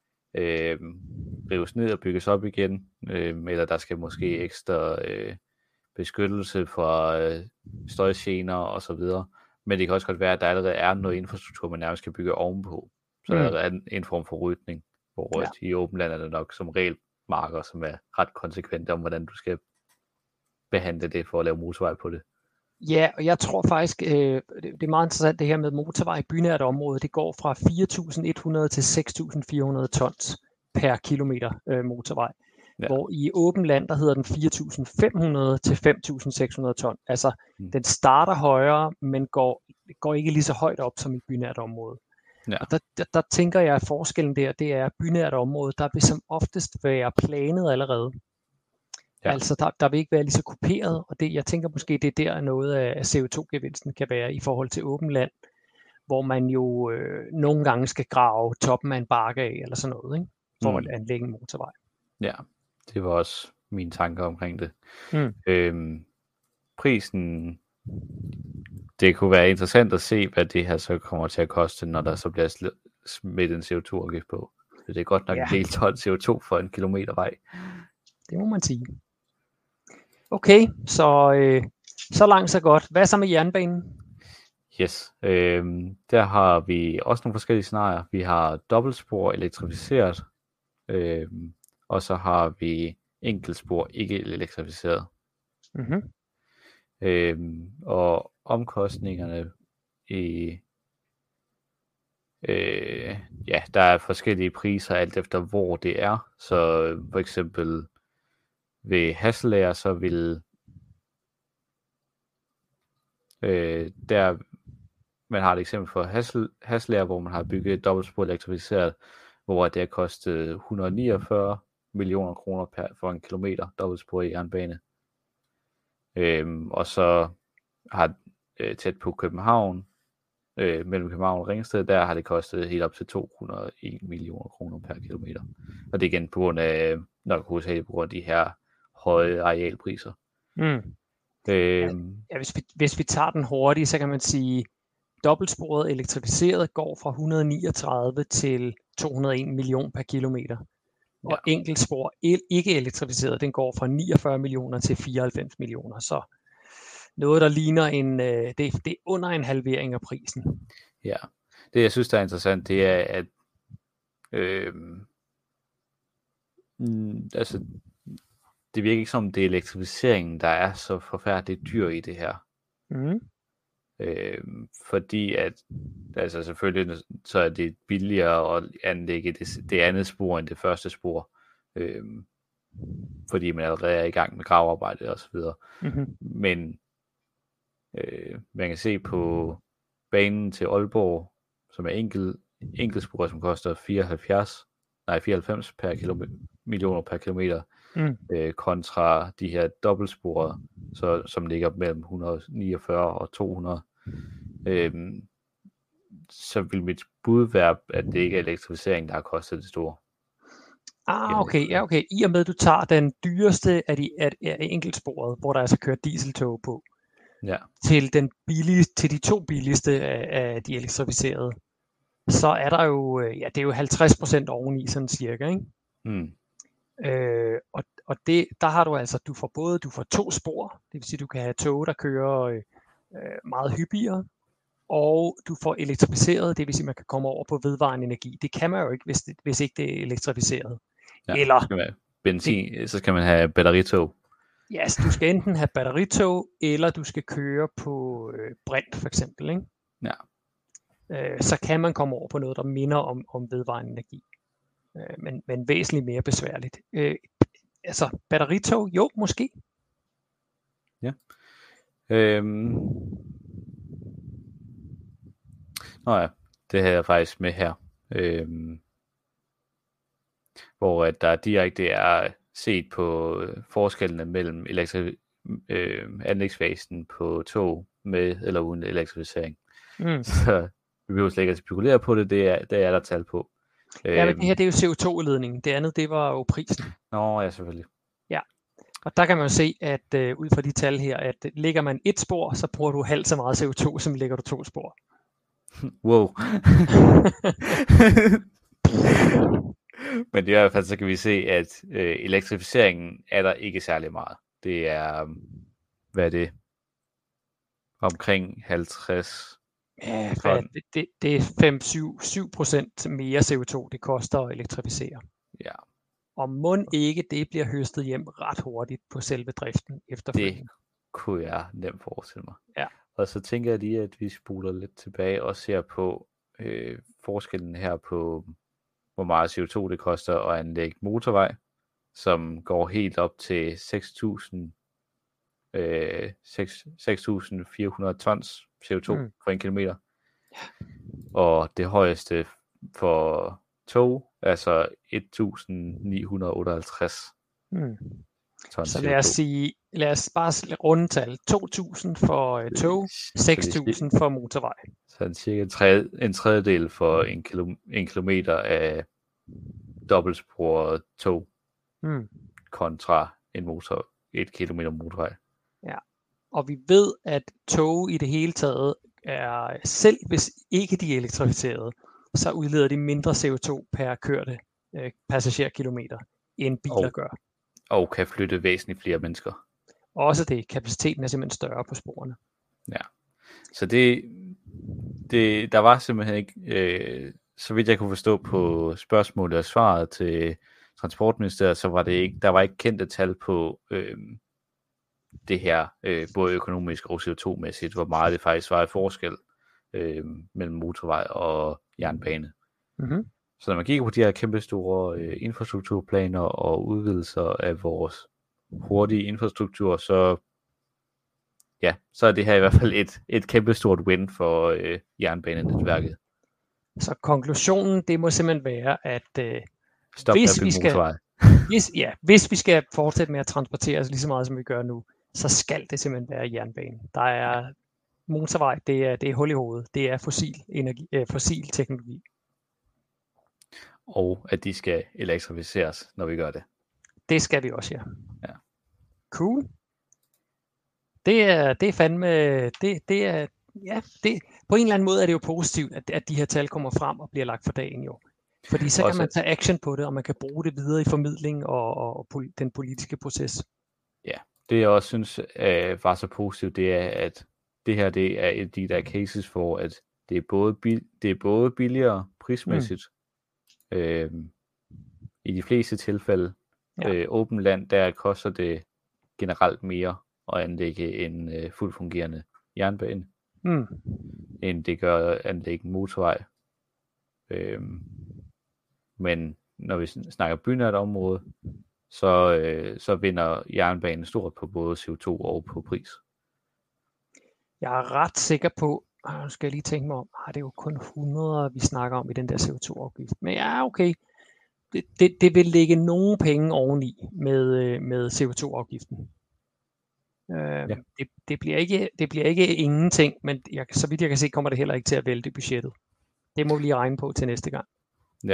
rives ned og bygges op igen, eller der skal måske ekstra beskyttelse fra støjgener og så videre. Men det kan også godt være, at der allerede er noget infrastruktur, man nærmest skal bygge ovenpå. Så der er en form for rydning, hvor i åbent land er der nok som regel marker, som er ret konsekvente om, hvordan du skal behandle det for at lave motorvej på det. Ja, og jeg tror faktisk, det er meget interessant det her med motorvej i bynært område. Det går fra 4.100 til 6.400 tons per kilometer motorvej. Ja. Hvor i åben land, der hedder den 4.500 til 5.600 ton. Altså, den starter højere, men går ikke lige så højt op som i bynært område. Ja. Og der tænker jeg, at forskellen det er, at bynært område, der vil som oftest være planet allerede. Ja. Altså, der vil ikke være lige så kuperet, og jeg tænker måske, det er der noget af CO2-gevinsten kan være i forhold til åben land, hvor man jo nogle gange skal grave toppen af en bakke af, eller sådan noget, ikke? For at anlægge en motorvej. Ja, det var også mine tanker omkring det. Prisen, det kunne være interessant at se, hvad det her så kommer til at koste, når der så bliver smidt en CO2-afgift på. Så det er godt nok en del ton CO2 for en kilometer vej. Det må man sige. Okay, så langt så godt. Hvad så med jernbanen? Yes, der har vi også nogle forskellige scenarier. Vi har dobbeltspor elektrificeret, og så har vi enkeltspor ikke elektrificeret. Mm-hmm. Og omkostningerne der er forskellige priser alt efter hvor det er. Så for eksempel ved Hasselager, så vil man har et eksempel for Hasselager, hvor man har bygget et dobbeltspor elektrificeret, hvor det har kostet 149 millioner kroner for en kilometer dobbeltspor i jernbane. Og så har tæt på København, mellem København og Ringsted, der har det kostet helt op til 201 millioner kroner per kilometer. Og det er igen på grund af, nok hovedsageligt på grund af de her høje arealpriser. Hvis vi tager den hurtigt, så kan man sige, dobbeltsporet elektrificeret går fra 139 til 201 millioner per kilometer. Og enkeltspor ikke elektrificeret, den går fra 49 millioner til 94 millioner. Så noget, der ligner det er under en halvering af prisen. Ja, det jeg synes, der er interessant, det er, at altså, det virker ikke som, det er elektrificeringen, der er så forfærdeligt dyr i det her. Fordi at, altså selvfølgelig, så er det billigere at anlægge det andet spor end det første spor. fordi man allerede er i gang med gravearbejde og så videre. Mm-hmm. Men man kan se på banen til Aalborg, som er enkeltspor, som koster 94 millioner per kilometer, kontra de her dobbeltsporer, som ligger mellem 149 og 200. Så vil mit bud være, at det ikke er elektrificering, der har kostet det store. Okay, ja, okay. I og med, at du tager den dyreste af enkeltsporet, hvor der altså kører dieseltog på, ja, til de to billigste af de elektrificerede, så er der jo, det er jo 50% oveni, sådan cirka, ikke? Og det, der har du altså, du får to spor, det vil sige, du kan have tog, der kører meget hyppigere, og du får elektrificeret, det vil sige, man kan komme over på vedvarende energi. Det kan man jo ikke, hvis ikke det er elektrificeret. Ja, eller skal man have benzin, så skal man have batteritog. Ja, yes, du skal enten have batteritog, eller du skal køre på brint for eksempel, ikke? Ja. Så kan man komme over på noget, der minder om vedvarende energi. Men væsentligt mere besværligt. Altså, batteritog, jo, måske. Ja. Nå ja, det har jeg faktisk med her. Hvor at der direkte er set på forskellene mellem anlægsfasen på tog med eller uden elektrificering. Så vi behøver slet ikke at spekulere på det, det er der tal på. Ja, men det her, det er jo CO2-udledningen. Det andet, det var jo prisen. Nå, ja, selvfølgelig. Ja, og der kan man jo se, at ud fra de tal her, at lægger man et spor, så bruger du halvt så meget CO2, som lægger du to spor. Wow. Men i hvert fald så kan vi se, at elektrificeringen er der ikke særlig meget. Det er, hvad er det? Omkring 50. Ja, det er 5-7% mere CO2, det koster at elektrificere. Ja. Og mon ikke det bliver høstet hjem ret hurtigt på selve driften efterfølgende. Det kunne jeg nemt forestille mig. Ja. Og så tænker jeg lige, at vi spoler lidt tilbage og ser på forskellen her på, hvor meget CO2 det koster at anlægge motorvej, som går helt op til 6.400 tons CO2 for en kilometer. Og det højeste for tog, altså 1.958 tons så CO2. lad os bare rundetal 2.000 for tog, 6.000 for motorvej. Så cirka en tredjedel for en kilometer af dobbeltsporet tog kontra et kilometer motorvej. Ja, og vi ved, at tog i det hele taget er, selv hvis ikke de er elektrificerede, så udleder de mindre CO2 per kørte passagerkilometer, end biler gør. Og kan flytte væsentligt flere mennesker. Også det, kapaciteten er simpelthen større på sporene. Ja, så der var simpelthen ikke, så vidt jeg kunne forstå på spørgsmålet og svaret til Transportministeriet, så var der var ikke kendte tal på det her, både økonomisk og CO2-mæssigt, hvor meget det faktisk var i forskel mellem motorvej og jernbane. Mm-hmm. Så når man kigger på de her kæmpe store infrastrukturplaner og udvidelser af vores hurtige infrastruktur, så er det her i hvert fald et kæmpe stort win for jernbanenetværket. Så konklusionen, det må simpelthen være, at hvis vi skal fortsætte med at transportere os lige så meget, som vi gør nu, så skal det simpelthen være jernbane. Der er motorvej, det er hul i hovedet. Det er fossil teknologi. Og at de skal elektrificeres, når vi gør det. Det skal vi også, ja. Cool. Det er fandme, det er, på en eller anden måde er det jo positivt, at de her tal kommer frem og bliver lagt for dagen jo. Fordi så kan man tage action på det, og man kan bruge det videre i formidling og den politiske proces. Ja, det jeg også synes var så positivt, det er, at det her det er et af de der cases, hvor at det er både billigere prismæssigt, i de fleste tilfælde. Åben land, der koster det generelt mere at anlægge en fuldt fungerende jernbane, end det gør at anlægge en motorvej. Men når vi snakker bynært område, så vinder jernbanen stort på både CO2 og på pris. Jeg er ret sikker på, nu skal jeg lige tænke mig om, det er jo kun 100, vi snakker om i den der CO2-afgift. Men ja, okay, det vil lægge nogle penge oveni med CO2-afgiften. Ja. Det bliver ikke ingenting, men så vidt jeg kan se, kommer det heller ikke til at vælte budgettet. Det må vi lige regne på til næste gang. Ja.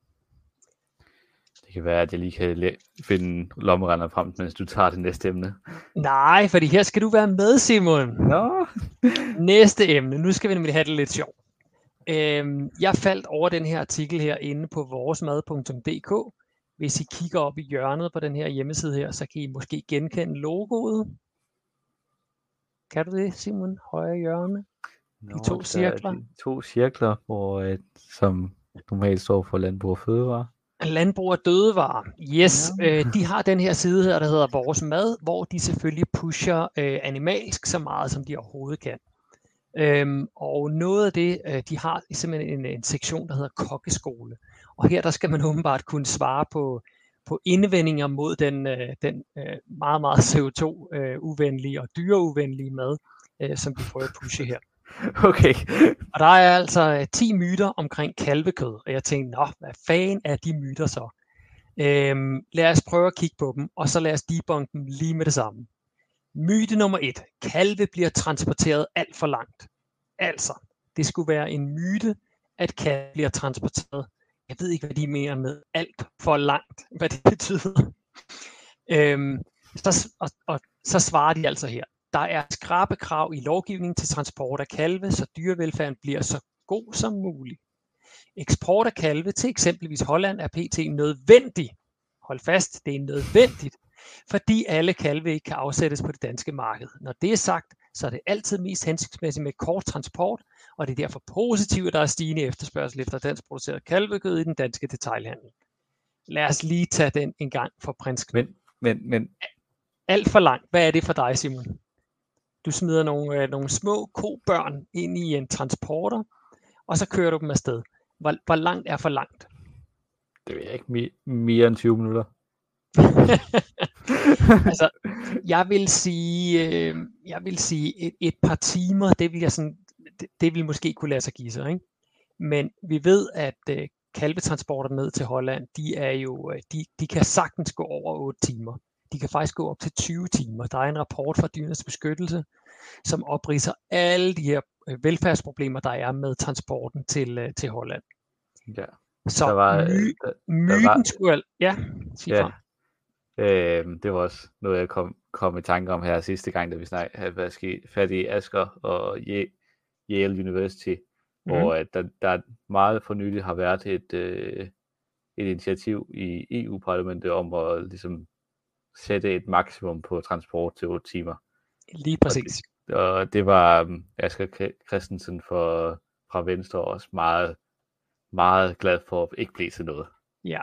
Det kan være, at jeg lige kan finde lommerender frem, mens du tager det næste emne. Nej, fordi her skal du være med, Simon. Nå. Næste emne. Nu skal vi nemlig have det lidt sjovt. Jeg faldt over den her artikel her inde på voresmad.dk. Hvis I kigger op i hjørnet på den her hjemmeside her, så kan I måske genkende logoet. Kan du det, Simon? Højre hjørne. De 2 cirkler. De 2 cirkler, som normalt står for landbrug og fødevare. Landbrug og dødevarer. Yes, Ja. de har den her side her, der hedder Vores Mad, hvor de selvfølgelig pusher animalsk så meget, som de overhovedet kan. Og noget af det, de har simpelthen en sektion, der hedder kokkeskole. Og her der skal man åbenbart kunne svare på indvendinger mod den meget, meget CO2-uvenlige og dyreuvenlige mad, som de prøver at pushe her. Okay. Og der er altså 10 myter omkring kalvekød, og jeg tænkte, hvad fanden er de myter så? Lad os prøve at kigge på dem, og så lad os debunke dem lige med det samme. Myte nummer 1. Kalve bliver transporteret alt for langt. Altså, det skulle være en myte, at kalve bliver transporteret. Jeg ved ikke, hvad de mener med alt for langt, hvad det betyder. Så svarer de altså her. Der er skrappe krav i lovgivningen til transport af kalve, så dyrevelfærden bliver så god som muligt. Eksport af kalve til eksempelvis Holland er pt. Nødvendig. Hold fast, det er nødvendigt, fordi alle kalve ikke kan afsættes på det danske marked. Når det er sagt, så er det altid mest hensigtsmæssigt med kort transport, og det er derfor positivt, at der er stigende efterspørgsel efter dansk produceret kalvekød i den danske detailhandel. Lad os lige tage den en gang for prins. Men alt for langt. Hvad er det for dig, Simon? Du smider nogle små kobørn ind i en transporter, og så kører du dem afsted. Hvor langt er for langt? Det ved jeg ikke, mere end 20 minutter. Altså, jeg vil sige et par timer, det vil måske kunne lade sig give sig, ikke? Men vi ved, at kalvetransporter ned til Holland, de kan sagtens gå over 8 timer. De kan faktisk gå op til 20 timer. Der er en rapport fra Dyrenes Beskyttelse, som opridser alle de her velfærdsproblemer, der er med transporten til Holland. Ja. Så myten skulle... Ja, sig frem. Det var også noget, jeg kom i tanke om her sidste gang, da vi havde fat i Asger og Yale University, hvor der meget for nylig har været et initiativ i EU-parlamentet om at ligesom sætte et maksimum på transport til 8 timer. Lige præcis. Og det var Asger Christensen fra Venstre også meget, meget glad for at ikke blive til noget. Ja.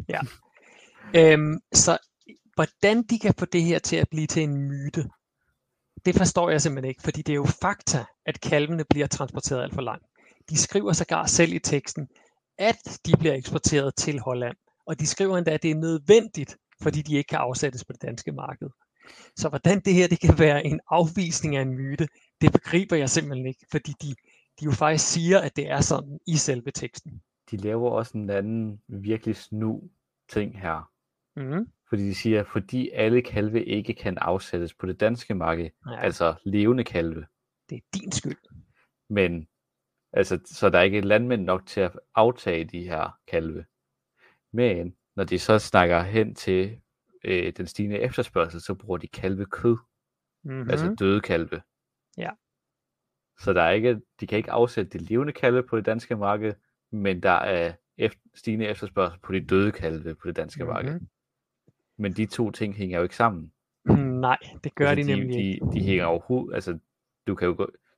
Så hvordan de kan få det her til at blive til en myte, det forstår jeg simpelthen ikke, fordi det er jo fakta, at kalvene bliver transporteret alt for langt. De skriver sågar selv i teksten, at de bliver eksporteret til Holland, og de skriver endda, at det er nødvendigt, fordi de ikke kan afsættes på det danske marked. Så hvordan det her det kan være en afvisning af en myte, det begriber jeg simpelthen ikke, fordi de jo faktisk siger, at det er sådan i selve teksten. De laver også en anden virkelig snu ting her. Fordi de siger, fordi alle kalve ikke kan afsættes på det danske marked, altså levende kalve. Det er din skyld. Men, altså, så der er ikke landmænd nok til at aftage de her kalve. Men, når de så snakker hen til den stigende efterspørgsel, så bruger de kalvekød. Altså døde kalve. Ja. Så der er ikke, de kan ikke afsætte de levende kalve på det danske marked, men der er stigende efterspørgsel på de døde kalve på det danske marked. Men de to ting hænger jo ikke sammen. Nej, det gør de nemlig ikke. De hænger overhovedet, altså du kan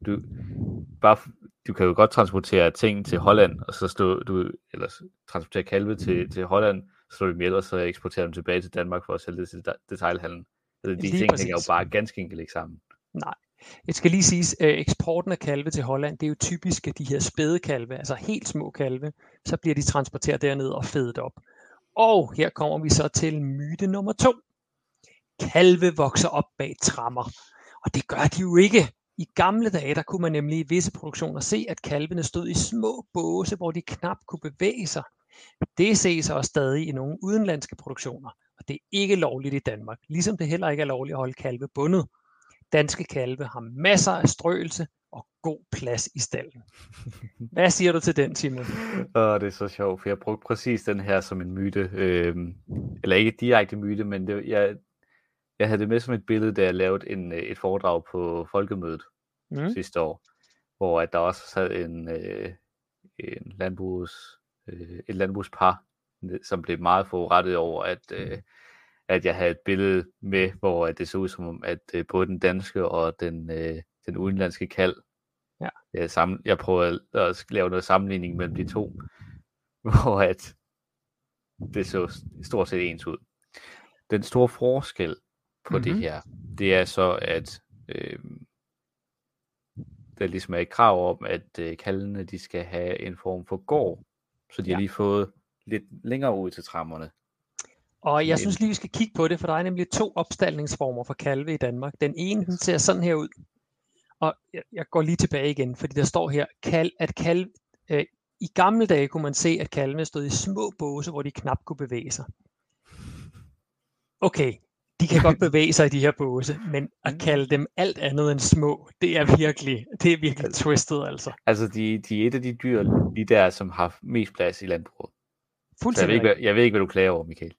jo godt transportere ting til Holland, og så eller transportere kalve til Holland, så slår du dem ihjel, og så eksporterer dem tilbage til Danmark for at sælge det til detailhandlen. Altså, de ting hænger jo bare ganske enkelt ikke sammen. Nej. Jeg skal lige sige, eksporten af kalve til Holland, det er jo typisk de her spæde kalve, altså helt små kalve, så bliver de transporteret derned og fedet op. Og her kommer vi så til myte nummer 2. Kalve vokser op bag tremmer. Og det gør de jo ikke. I gamle dage, der kunne man nemlig i visse produktioner se, at kalvene stod i små båse, hvor de knap kunne bevæge sig. Det ses også stadig i nogle udenlandske produktioner, og det er ikke lovligt i Danmark, ligesom det heller ikke er lovligt at holde kalve bundet. Danske kalve har masser af strøelse og god plads i stalden. Hvad siger du til den, Simon? Det er så sjovt, for jeg brugte præcis den her som en myte. Eller ikke direkte myte, men jeg havde det med som et billede, da jeg lavede et foredrag på Folkemødet sidste år, hvor at der også sad et landbrugspar, som blev meget forurettet over, at jeg havde et billede med, hvor det så ud som om, at både den danske og den udenlandske kalv, jeg prøvede at lave noget sammenligning mellem de to, hvor at det så stort set ens ud. Den store forskel på det her, det er så, at der ligesom er et krav om, at kalvene, de skal have en form for gård, så de har lige fået lidt længere ud til trammerne. Og jeg synes lige, vi skal kigge på det, for der er nemlig 2 opstaldningsformer for kalve i Danmark. Den ene, den ser sådan her ud. Og jeg går lige tilbage igen, fordi der står her, i gamle dage kunne man se, at kalvene stod i små båse, hvor de knap kunne bevæge sig. Okay, de kan godt bevæge sig i de her båse, men at kalde dem alt andet end små, det er virkelig twistet altså. Altså, de er et af de dyr, de der, som har mest plads i landbruget. Jeg ved ikke, hvad du klager over, Michael.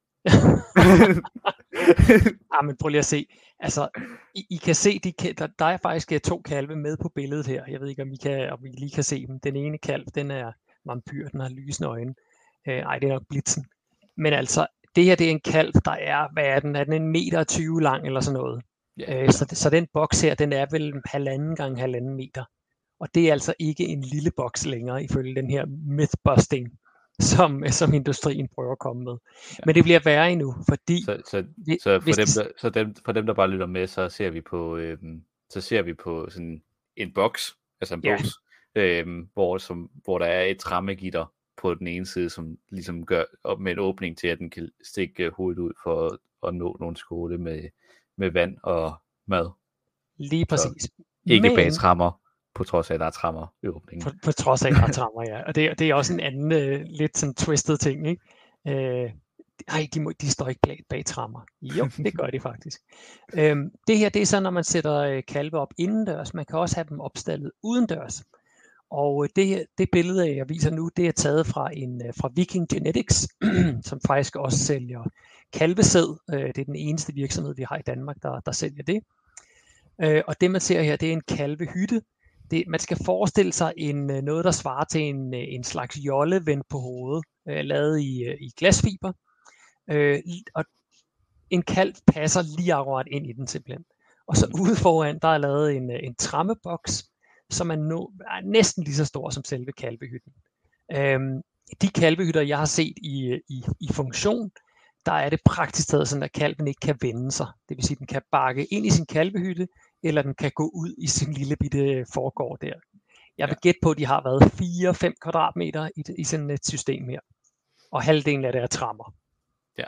Men prøv lige at se. Altså, I kan se, der er faktisk 2 kalve med på billedet her. Jeg ved ikke, om I lige kan se dem. Den ene kalv, den er vampyr, den har lysende øjne. Nej, det er nok Blitzen. Men altså, det her, det er en kalv, der er, hvad er den? Er den 1,20 meter lang eller sådan noget? Yeah. Så den boks her, den er vel 1,5 gange 1,5 meter. Og det er altså ikke en lille boks længere, ifølge den her mythbusting, som industrien prøver at komme med. Ja. Men det bliver værre endnu, fordi... For dem, der bare lytter med, så ser vi på sådan en boks, altså en boks, hvor der er et trammegitter på den ene side, som ligesom gør op med en åbning til, at den kan stikke hovedet ud for at nå nogle skåle med vand og mad. Lige præcis. Så ikke bag trammer, på trods af, at der er trammer i åbningen. På trods af, at der er trammer, ja. Og det er også en anden lidt sådan twisted ting, ikke? De står ikke bag trammer. Jo, det gør de faktisk. Det her, det er så, når man sætter kalve op indendørs. Man kan også have dem opstallet udendørs. Og det billede, jeg viser nu, det er taget fra Viking Genetics, som faktisk også sælger kalvesæd. Det er den eneste virksomhed, vi har i Danmark, der sælger det. Og det, man ser her, det er en kalvehytte. Man skal forestille sig noget, der svarer til en slags jolle vendt på hovedet, lavet i glasfiber. Og en kalv passer lige akkurat ind i den simpelthen. Og så ude foran, der er lavet en trammeboks, som er næsten lige så stor som selve kalvehytten. De kalvehytter, jeg har set i funktion, der er det praktisk taget sådan, at kalven ikke kan vende sig. Det vil sige, at den kan bakke ind i sin kalvehytte, eller den kan gå ud i sin lille bitte forgård der. Jeg vil gætte på, at de har været 4-5 kvadratmeter i sådan et system her. Og halvdelen af det er trammer. Ja.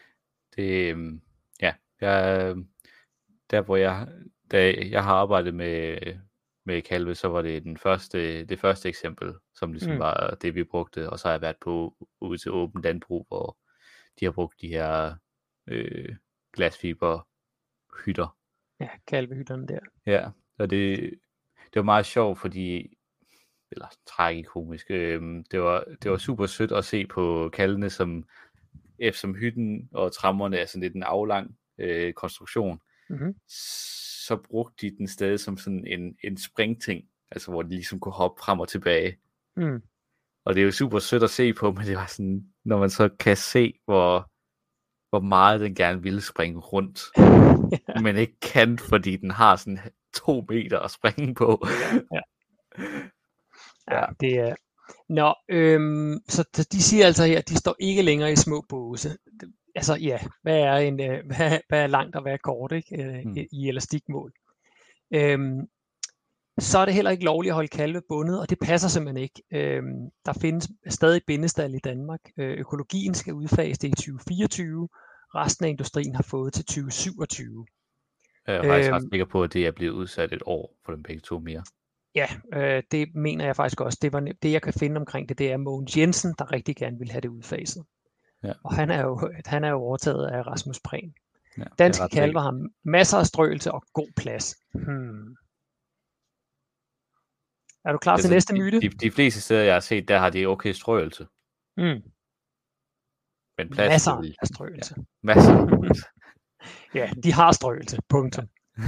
Da jeg har arbejdet med kalve, så var det det første eksempel, som ligesom var det, vi brugte. Og så har jeg været ude til åben landbrug, hvor de har brugt de her glasfiberhytter. Ja, kalvehytterne der. Ja, og det var meget sjovt, fordi, eller tragikomisk, det var super sødt at se på kalvene, som hytten og trammerne er sådan lidt en aflang konstruktion. Så brugte de den stadig som sådan en springting, altså hvor de ligesom kunne hoppe frem og tilbage. Og det er jo super sødt at se på, men det var sådan, når man så kan se, hvor meget den gerne ville springe rundt, men ikke kan, fordi den har sådan 2 meter at springe på. Ja, det er... Så de siger altså her, at de står ikke længere i små båse. Altså ja, hvad er langt og hvad er kort, ikke? I elastikmål. så er det heller ikke lovligt at holde kalve bundet, og det passer simpelthen ikke. Der findes stadig bindestal i Danmark. Økologien skal udfase det i 2024. Resten af industrien har fået til 2027. Jeg er faktisk ret sikker på, at det er blevet udsat et år for dem begge to mere. Ja, det mener jeg faktisk også. Det jeg kan finde omkring det, det er Mogens Jensen, der rigtig gerne vil have det udfaset. Ja. Og han er jo overtaget af Rasmus Prehn. Ja, Danske kalver har masser af strøelse og god plads. Er du klar til næste myte? De fleste steder, jeg har set, der har de okay strøelse. Men plads, masser af strøelse. Ja, masser. Ja, de har strøelse. Punktum.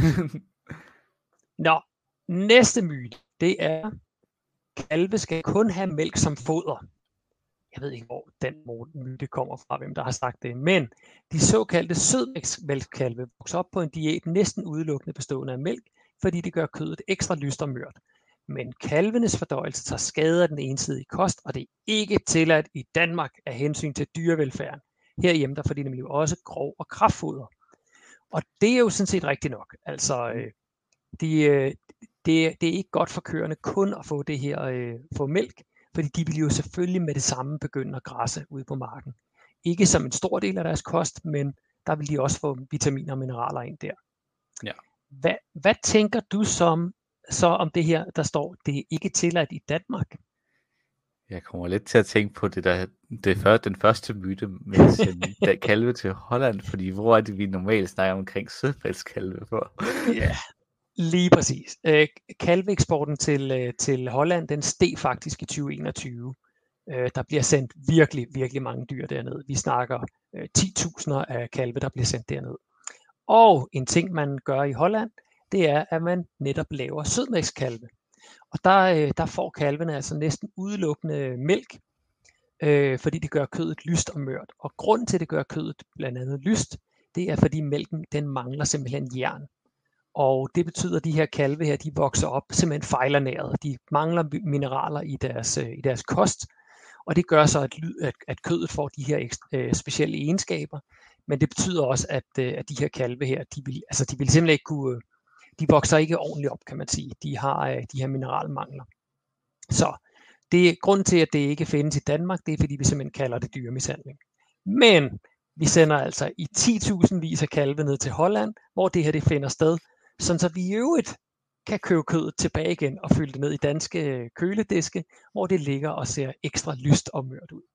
Nå, næste myte, det er, kalve skal kun have mælk som foder. Jeg ved ikke, hvor den myte kommer fra, hvem der har sagt det, men de såkaldte sødmælkskalve vokser op på en diæt næsten udelukkende bestående af mælk, fordi det gør kødet ekstra lyst og mørt. Men kalvenes fordøjelse tager skade af den ensidige kost, og det er ikke tilladt i Danmark af hensyn til dyrevelfærden. Herhjemme der får de nemlig også grov og kraftfoder. Og det er jo sådan set rigtigt nok. Altså, det er ikke godt for køerne kun at få det her, få mælk, fordi de vil jo selvfølgelig med det samme begynde at græsse ude på marken. Ikke som en stor del af deres kost, men der vil de også få vitaminer og mineraler ind der. Ja. Hvad tænker du så om det her, der står, det er ikke tilladt i Danmark? Jeg kommer lidt til at tænke på den første myte med at sende kalve til Holland, fordi hvor er det, vi normalt snakker omkring sødmælkskalve for? Ja, lige præcis. Kalveeksporten til Holland, den steg faktisk i 2021. Der bliver sendt virkelig, virkelig mange dyr derned. Vi snakker 10.000 af kalve, der bliver sendt derned. Og en ting, man gør i Holland, det er, at man netop laver sødmælkskalve. Og der får kalvene altså næsten udelukkende mælk, fordi det gør kødet lyst og mørt. Og grunden til, at det gør kødet blandt andet lyst, det er, fordi mælken den mangler simpelthen jern. Og det betyder, at de her kalve her, de vokser op simpelthen fejlernæret. De mangler mineraler i deres kost, og det gør så, at kødet får de her specielle egenskaber. Men det betyder også, at de her kalve her, de vil simpelthen ikke kunne, de vokser ikke ordentligt op, kan man sige. De har de her mineralmangler. Så det er grunden til, at det ikke findes i Danmark, det er fordi vi simpelthen kalder det dyremishandling. Men vi sender altså i 10.000 vis af kalve ned til Holland, hvor det her det finder sted, sådan så vi i øvrigt kan købe kødet tilbage igen og fylde det ned i danske kølediske, hvor det ligger og ser ekstra lyst og mørt ud.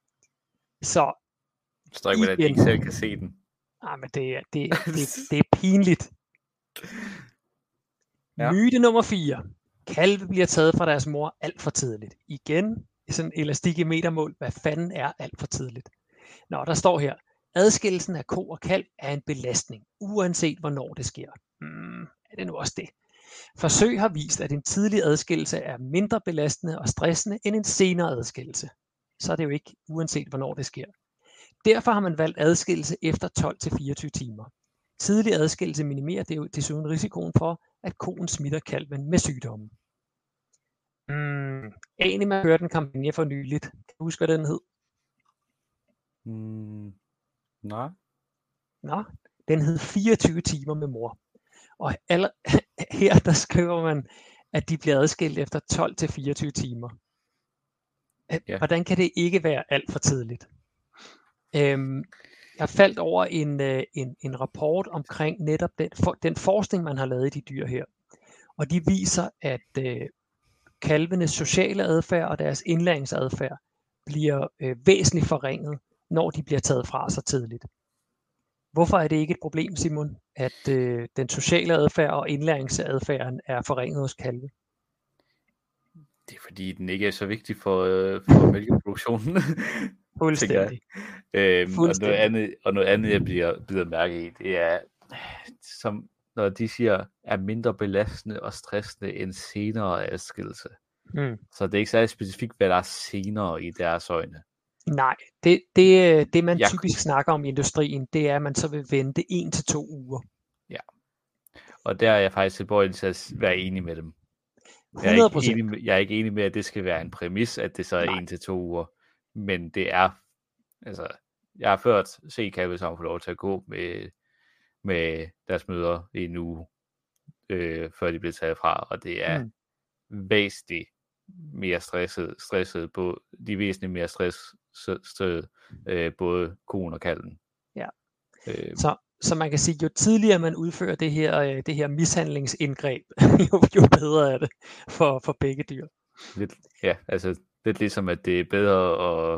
Så står ikke, hvordan de ikke selv kan se den. Nej, men det er pinligt. Ja. Myte nummer 4. Kalve bliver taget fra deres mor alt for tidligt. Igen, sådan en elastik i metermål. Hvad fanden er alt for tidligt? Nå, der står her. Adskillelsen af ko og kalv er en belastning, uanset hvornår det sker. Er det nu også det? Forsøg har vist, at en tidlig adskillelse er mindre belastende og stressende end en senere adskillelse. Så er det jo ikke uanset hvornår det sker. Derfor har man valgt adskillelse efter 12-24 timer. Tidlig adskillelse minimerer det jo desuden risikoen for, at koen smitter kalven med sygdommen. Anima hørte en kampagne for nyligt. Kan du huske, hvad den hed? Nej. Nå, den hed 24 timer med mor. Og her der skriver man, at de bliver adskilt efter 12-24 timer. Ja. Hvordan kan det ikke være alt for tidligt? Jeg faldt over en rapport omkring netop den forskning, man har lavet i de dyr her. Og de viser, at kalvenes sociale adfærd og deres indlæringsadfærd bliver væsentligt forringet, når de bliver taget fra så tidligt. Hvorfor er det ikke et problem, Simon, at den sociale adfærd og indlæringsadfærden er forringet hos kalve? Det er fordi, den ikke er så vigtig for mælkeproduktionen. Fuldstændig. Og noget andet, jeg bliver mærke i, det er, som når de siger, er mindre belastende og stressende end senere adskillelse. Så det er ikke særlig specifikt, hvad der er senere i deres øjne. Nej, det man typisk snakker om i industrien, det er, at man så vil vente 1-2 uger. Ja, og der er jeg faktisk tilbøjelig til at være enig med dem. 100%. Jeg er ikke enig med, at det skal være en præmis, at det så er 1-2 uger. Men det er, altså, jeg har ført set kalve sammen få lov til at gå med deres mødre i en uge. før de bliver taget fra, og det er væsentligt mere stresset på, de er væsentligt mere stresset, både konen og kalven. Ja. Så man kan sige, jo tidligere man udfører det her mishandlingsindgreb, jo bedre er det for begge dyr. Ja, altså lidt ligesom, at det er bedre at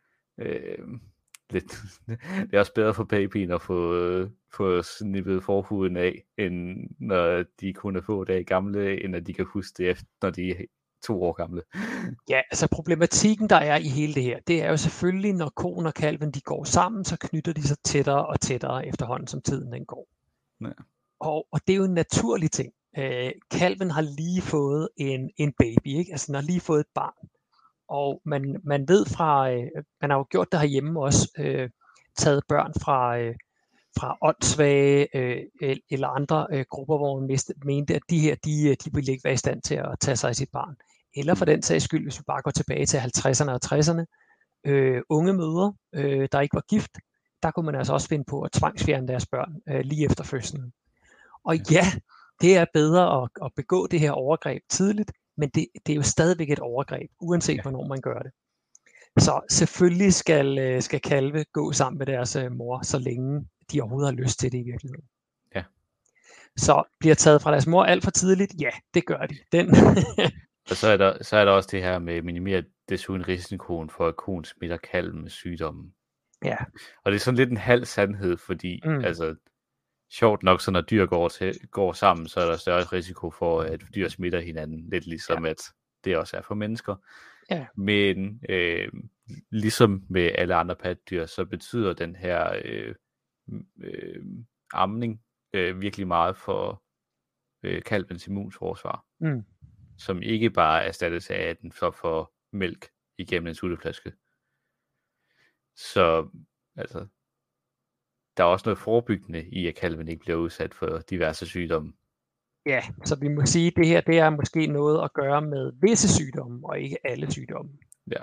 det er også bedre for babyen at få snippet forhuden af, end når de kun er få dage gamle, end at de kan huske det, når de er 2 år gamle. Ja, altså problematikken, der er i hele det her, det er jo selvfølgelig, når konen og kalven de går sammen, så knytter de sig tættere og tættere efterhånden, som tiden den går. Ja. Og det er jo en naturlig ting. Kalven har lige fået en baby, ikke? Altså den har lige fået et barn. Og man ved fra, man har jo gjort det herhjemme også, taget børn fra åndssvage eller andre grupper, hvor man mente, at de her, de ville ikke være i stand til at tage sig af sit barn. Eller for den sags skyld, hvis vi bare går tilbage til 50'erne og 60'erne, unge mødre, der ikke var gift, der kunne man altså også finde på at tvangsfjerne deres børn lige efter fødslen. Og ja, det er bedre at begå det her overgreb tidligt, men det er jo stadigvæk et overgreb, uanset hvornår man gør det. Så selvfølgelig skal kalve gå sammen med deres mor, så længe de overhovedet har lyst til det i virkeligheden. Ja. Så bliver taget fra deres mor alt for tidligt? Ja, det gør de. Og så er der også det her med at minimere desuden risikoen for, at konen smitter kalven med sygdommen. Ja. Og det er sådan lidt en halv sandhed, fordi altså sjovt nok, så når dyr går sammen, så er der større risiko for, at dyr smitter hinanden, lidt ligesom at det også er for mennesker. Ja. Men ligesom med alle andre patdyr, så betyder den her amning virkelig meget for kalvens immunforsvar, som ikke bare erstattes af, at den får mælk igennem en sutteflaske. Så altså, der er også noget forebyggende i, at kalven ikke bliver udsat for diverse sygdomme. Ja, så vi må sige, at det her det er måske noget at gøre med visse sygdomme, og ikke alle sygdomme. Ja.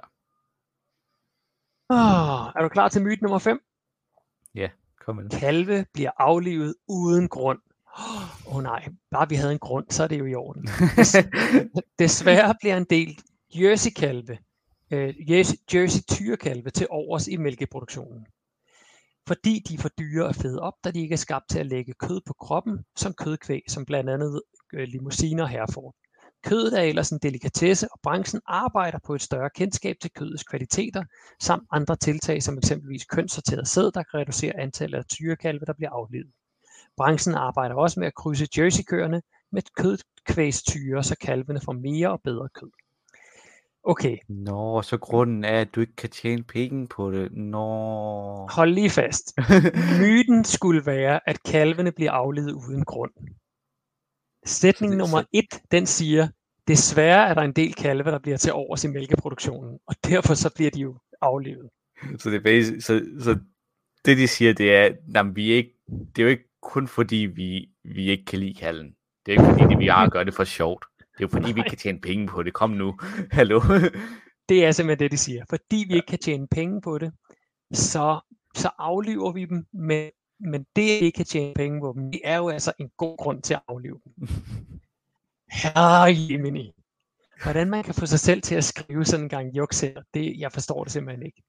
Er du klar til myte nummer 5? Ja, kom med. Kalve bliver aflivet uden grund. Nej, bare vi havde en grund, så er det jo i orden. Desværre bliver en del Jersey-kalve, Jersey-tyrekalve til overs i mælkeproduktionen. Fordi de er for dyre at fede op, da de ikke er skabt til at lægge kød på kroppen, som kødkvæg, som blandt andet limousiner og Hereford. Kødet er ellers en delikatesse, og branchen arbejder på et større kendskab til kødets kvaliteter, samt andre tiltag, som eksempelvis kønssorteret sæd, der kan reducere antallet af tyrekalve, der bliver aflivet. Branchen arbejder også med at krydse Jersey-køerne med kødkvægstyre, så kalvene får mere og bedre kød. Okay. Nå, så grunden er, at du ikke kan tjene penge på det. Nå. Hold lige fast. Myten skulle være, at kalvene bliver aflivet uden grund. Sætning nummer 1, den siger, desværre er der en del kalve, der bliver til overs i mælkeproduktionen, og derfor så bliver de jo aflivet. Så det er basic, så det de siger, det er, jamen, det er jo ikke kun fordi vi ikke kan lide kalven. Det er ikke fordi vi har gør det for sjovt. Det er jo fordi vi ikke kan tjene penge på det. Kom nu. Hallo. Det er simpelthen det, de siger. Fordi vi ikke kan tjene penge på det, så afliver vi dem, men det ikke kan tjene penge på dem, det er jo altså en god grund til at aflive dem. Herre Jemini. Hvordan man kan få sig selv til at skrive sådan en gang juks her, jeg forstår det simpelthen ikke.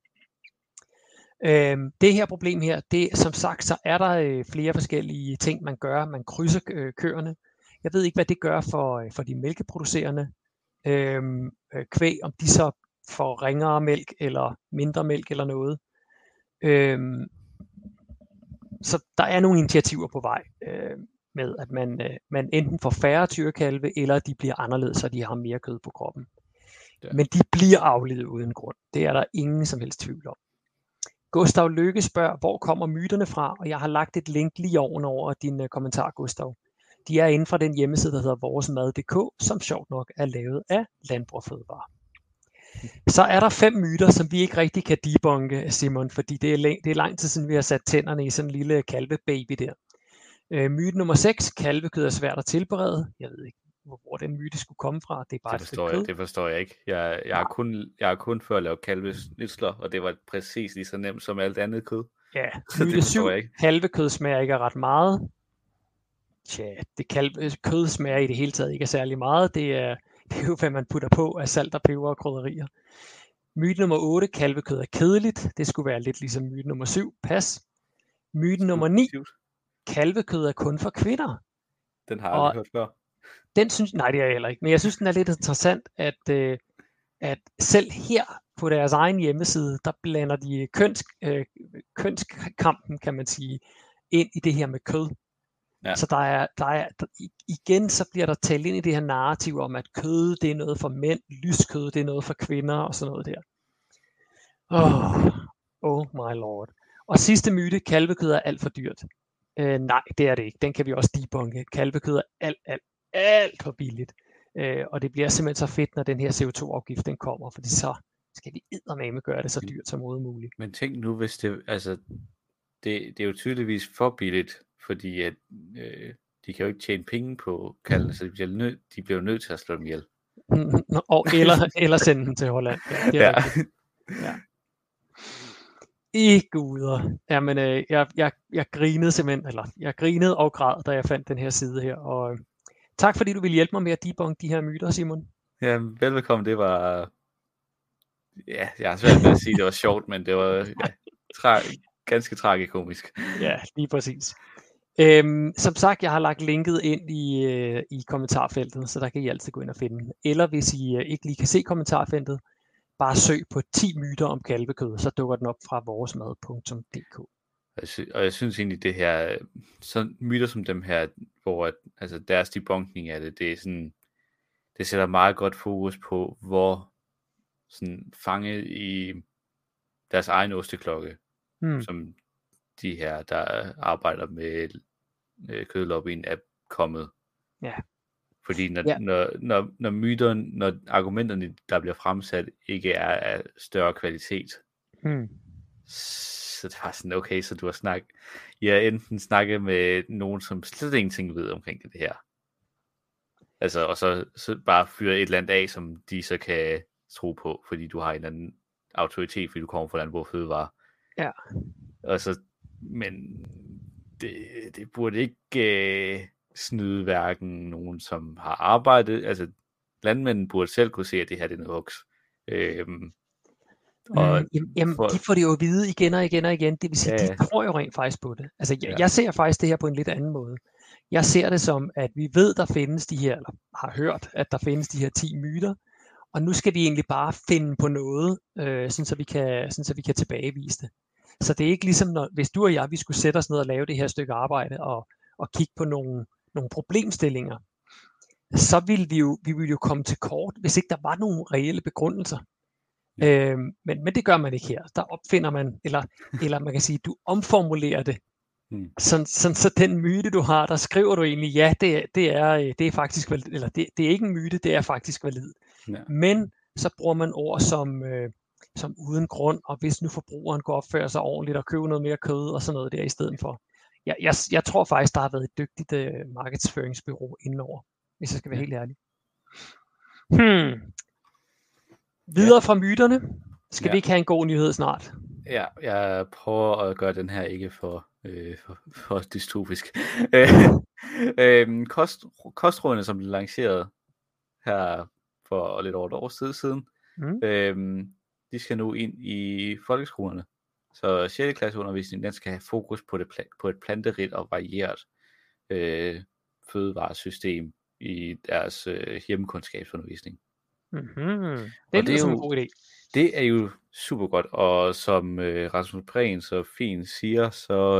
Det her problem her, som sagt, så er der flere forskellige ting, man gør. Man krydser køerne. Jeg ved ikke, hvad det gør for de mælkeproducerende kvæg, om de så får ringere mælk eller mindre mælk eller noget. Så der er nogle initiativer på vej med, at man enten får færre tyrekalve, eller de bliver anderledes, så de har mere kød på kroppen. Ja. Men de bliver aflivet uden grund. Det er der ingen som helst tvivl om. Gustav Lykke spørger, hvor kommer myterne fra? Og jeg har lagt et link lige ovenover din kommentar, Gustav. De er inde fra den hjemmeside, der hedder voresmad.dk, som sjovt nok er lavet af Landbrug & Fødevare. Så er der 5 myter, som vi ikke rigtig kan debunke, Simon, fordi det er lang tid siden, vi har sat tænderne i sådan en lille kalvebaby der. Myte nummer 6, kalvekød er svært at tilberede. Jeg ved ikke, hvor den myte skulle komme fra. Det er bare det forstår jeg ikke. Jeg har kun før lavet kalvesnitsler, og det var præcis lige så nemt som alt andet kød. Ja, myte 7, kalvekød smager ikke ret meget. Tja, kød smager i det hele taget ikke af særlig meget. Det er jo, hvad man putter på af salt og peber og krydderier. Myte nummer 8, kalvekød er kedeligt. Det skulle være lidt ligesom myte nummer 7. Pas. Myte nummer 9, kalvekød er kun for kvinder. Den har jeg aldrig hørt før. Den synes, nej, det er jeg heller ikke. Men jeg synes, den er lidt interessant, at selv her på deres egen hjemmeside, der blander de kønskampen, kan man sige, ind i det her med kød. Ja. Så igen så bliver der talt ind i det her narrativ om, at kød det er noget for mænd, lyskød det er noget for kvinder og sådan noget der. Oh my lord. Og sidste myte, kalvekød er alt for dyrt. Nej, det er det ikke. Den kan vi også debunke. Kalvekød er alt for billigt. Og det bliver simpelthen så fedt, når den her CO2-afgift den kommer, fordi så skal vi eddermame gøre det så dyrt som muligt. Men tænk nu, hvis det, altså, det er jo tydeligvis for billigt, fordi at, de kan jo ikke tjene penge på kalvene, så de bliver nødt til at slå dem ihjel. Eller sende dem til Holland. Ja. Guder. Jamen, jeg grinede simpelthen, eller jeg grinede og græd, da jeg fandt den her side her, og tak fordi du ville hjælpe mig med at debunke de her myter, Simon. Ja, velbekomme. Det var, ja, jeg har svært ved at sige, at det var sjovt, men det var ganske tragikomisk. Ja, lige præcis. Som sagt, jeg har lagt linket ind i kommentarfeltet, så der kan I altid gå ind og finde den. Eller hvis I ikke lige kan se kommentarfeltet, bare søg på 10 myter om kalvekød, så dukker den op fra voresmad.dk. Og jeg synes egentlig det her, så myter som dem her, hvor altså deres debunkning af det er sådan, det sætter meget godt fokus på, hvor sådan fanget i deres egen osteklokke, som de her, der arbejder med kødlobbyen, er kommet. Ja. Fordi når myterne, når argumenterne, der bliver fremsat, ikke er af større kvalitet, så det var sådan, okay, så du har enten snakket med nogen, som slet ingenting ved omkring det her. Altså, og så bare fyre et eller andet af, som de så kan tro på, fordi du har en eller anden autoritet, fordi du kommer fra Landbrug & Fødevare. Ja. Og så, men det burde ikke snyde hverken nogen, som har arbejdet, altså landmænden burde selv kunne se, at det her det er noget voks. De får det jo at vide igen og igen og igen. Det vil sige, de tror jo rent faktisk på det. Altså, jeg ser faktisk det her på en lidt anden måde. Jeg ser det som, at vi ved, der findes de her, eller har hørt, at der findes de her 10 myter, og nu skal vi egentlig bare finde på noget, sådan så vi kan tilbagevise det. Så det er ikke ligesom, hvis du og jeg, vi skulle sætte os ned og lave det her stykke arbejde, og kigge på nogle problemstillinger, så ville vi ville jo komme til kort, hvis ikke der var nogle reelle begrundelser. Men det gør man ikke her. Der opfinder man, eller man kan sige, du omformulerer det. Så den myte, du har, der skriver du egentlig, ja, det er faktisk valid, eller det er ikke en myte, det er faktisk valid. Ja. Men så bruger man ord som uden grund, og hvis nu forbrugeren går opføre sig ordentligt og køber noget mere kød og sådan noget der i stedet for. Jeg tror faktisk, der har været et dygtigt markedsføringsbureau indenover, hvis jeg skal være helt ærlig. Videre fra myterne. Skal vi ikke have en god nyhed snart? Ja, jeg prøver at gøre den her ikke for dystopisk. Kostrådene, som blev lanceret her for lidt over et års tid siden, de skal nu ind i folkeskolerne. Så 6. klasseundervisning, den skal have fokus på et planterigt og varieret fødevaresystem i deres hjemmekundskabsundervisning. Det lyder som en god idé. Det er jo super godt, og som Rasmus Prehn så fint siger, så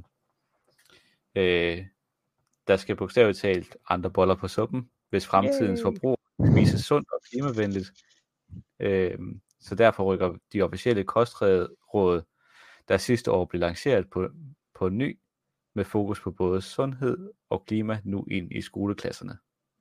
der skal bogstaveligt talt andre boller på suppen, hvis fremtidens forbrug spiser sundt og klimavenligt. Så derfor rykker de officielle kostråd, der sidste år blev lanceret på ny, med fokus på både sundhed og klima, nu ind i skoleklasserne.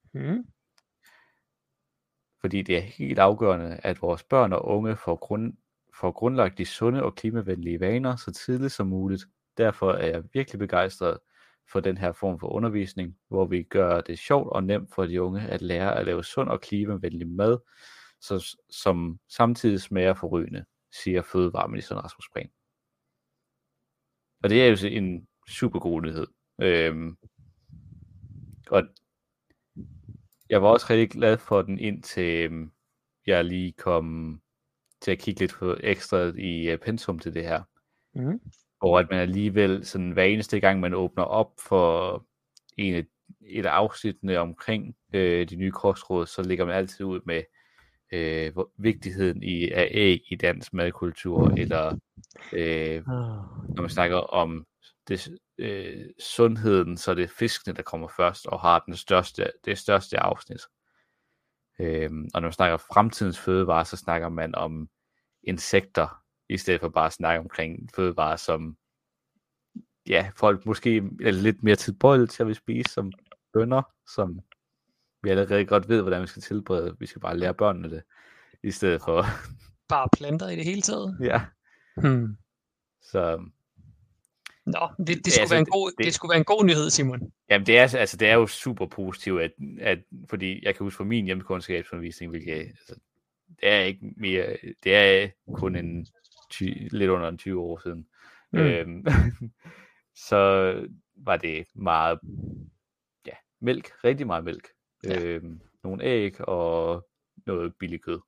Fordi det er helt afgørende, at vores børn og unge får grundlagt de sunde og klimavenlige vaner så tidligt som muligt. Derfor er jeg virkelig begejstret for den her form for undervisning, hvor vi gør det sjovt og nemt for de unge at lære at lave sund og klimavenlig mad, som samtidig smager forrygende, siger fødevareministeren Rasmus Prehn. Og det er jo en super god nyhed. Og jeg var også rigtig glad for den, indtil jeg lige kom til at kigge lidt på ekstra i pensum til det her. Mm. Og at man alligevel sådan hver eneste gang, man åbner op for et af afsnittene omkring de nye kostråd, så ligger man altid ud med vigtigheden af æg i dansk madkultur, eller når man snakker om sundheden, så er det fiskene, der kommer først og har det største afsnit. Og når man snakker fremtidens fødevarer, så snakker man om insekter, i stedet for bare at snakke omkring fødevarer, som folk måske er lidt mere tilbøjelige til at vil spise, som bønner, som vi allerede godt ved, hvordan vi skal tilberede. Vi skal bare lære børnene det, i stedet for bare planter i det hele taget. Ja. Så Nå, det skulle være en god, det skulle være en god nyhed, Simon. Jamen det er jo super positivt, at fordi jeg kan huske fra min hjemmekundskabsundervisning, hvilket det er ikke mere, det er kun lidt under 20 år siden. Så var det meget mælk, rigtig meget mælk. Nogle æg og noget billig kød.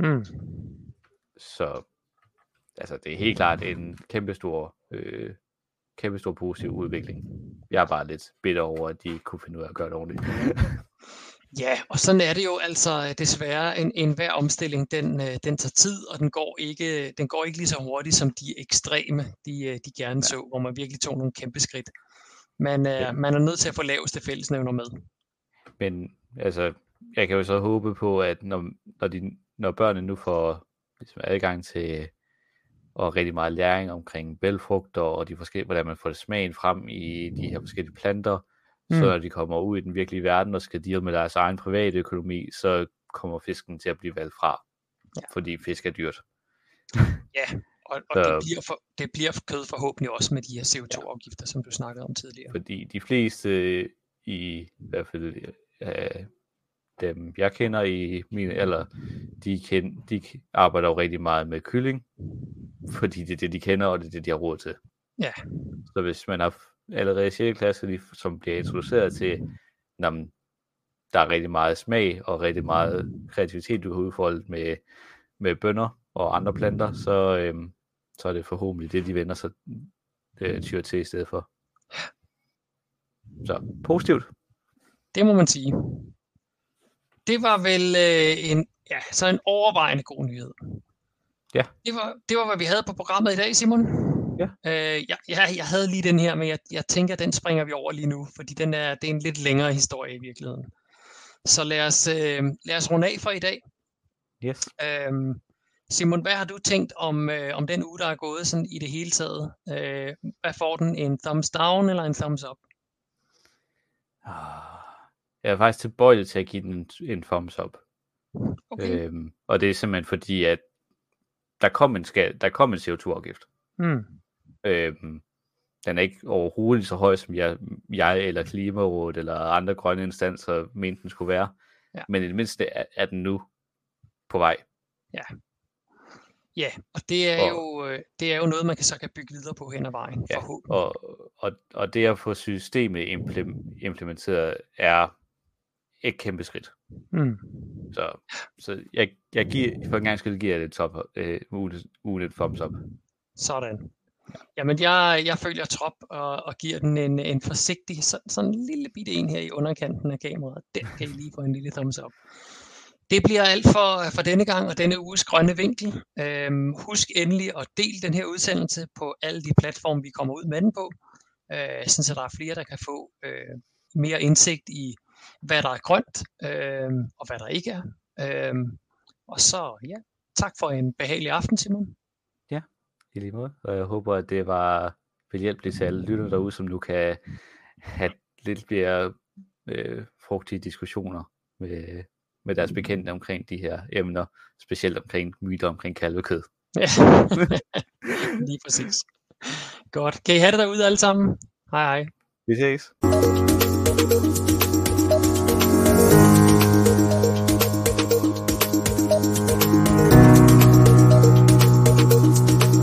Så altså det er helt klart en kæmpestor positiv udvikling. Jeg er bare lidt bitter over, at de ikke kunne finde ud af at gøre det ordentligt. Ja, og sådan er det jo altså desværre. En hver omstilling, den tager tid, og den går ikke lige så hurtigt som de ekstreme, de gerne så, hvor man virkelig tog nogle kæmpe skridt. Man er nødt til at få laveste fællesnævner med. Men altså, jeg kan jo så håbe på, at når børnene nu får ligesom adgang til og rigtig meget læring omkring bælgfrugter og de forskellige, hvordan man får det smagen frem i de her forskellige planter, så når de kommer ud i den virkelige verden og skal deal med deres egen private økonomi, så kommer fisken til at blive valgt fra, fordi fisk er dyrt. Ja, og det bliver kød forhåbentlig også med de her CO2-afgifter, som du snakkede om tidligere. Fordi de fleste, i hvert fald dem jeg kender i min alder, de arbejder jo rigtig meget med kylling, fordi det er det, de kender, og det er det, de har råd til. Ja. Så hvis man har allerede i 6. klasse, som bliver introduceret til, der er rigtig meget smag og rigtig meget kreativitet, du har udfoldet med bønner og andre planter, så er det forhåbentlig det, de vender sig tyr til i stedet for. Så positivt. Det må man sige. Det var vel en overvejende god nyhed. Ja. Det var, hvad vi havde på programmet i dag, Simon. Ja. Jeg havde lige den her, men jeg tænker, den springer vi over lige nu, fordi det er en lidt længere historie i virkeligheden. Så lad os runde af for i dag. Yes. Simon, hvad har du tænkt om den uge, der er gået sådan i det hele taget? Hvad får den? En thumbs down eller en thumbs up? Jeg er faktisk tilbøjelig til at give den en thumbs up. Okay. Og det er simpelthen fordi, at der kom en CO2-afgift. Den er ikke overhovedet så høj, som jeg eller Klimarådet eller andre grønne instanser mente den skulle være. Ja. Men i det mindste er den nu på vej. Ja. Ja, og det er jo noget, man så kan bygge videre på hen ad vejen, forhåbentlig. Og det at få systemet implementeret er et kæmpe skridt. Så jeg giver, for en gang skyld giver jeg det et thumbs up. Sådan. Jamen, jeg følger trop og giver den en forsigtig, sådan en lille bitte en her i underkanten af kameraet. Den kan I lige få en lille thumbs up. Det bliver alt for denne gang og denne uges grønne vinkel. Husk endelig at dele den her udsendelse på alle de platforme, vi kommer ud med den på, så der er flere, der kan få mere indsigt i, hvad der er grønt og hvad der ikke er. Og så tak for en behagelig aften, Simon. Ja, i lige måde. Og jeg håber, at det var behjælpeligt til alle lytter derude, som nu kan have lidt mere frugtige diskussioner med deres bekendte omkring de her emner, specielt omkring myter omkring kalvekød. Ja, lige præcis. Godt. Kan I have det derude alle sammen? Hej hej. Vi ses.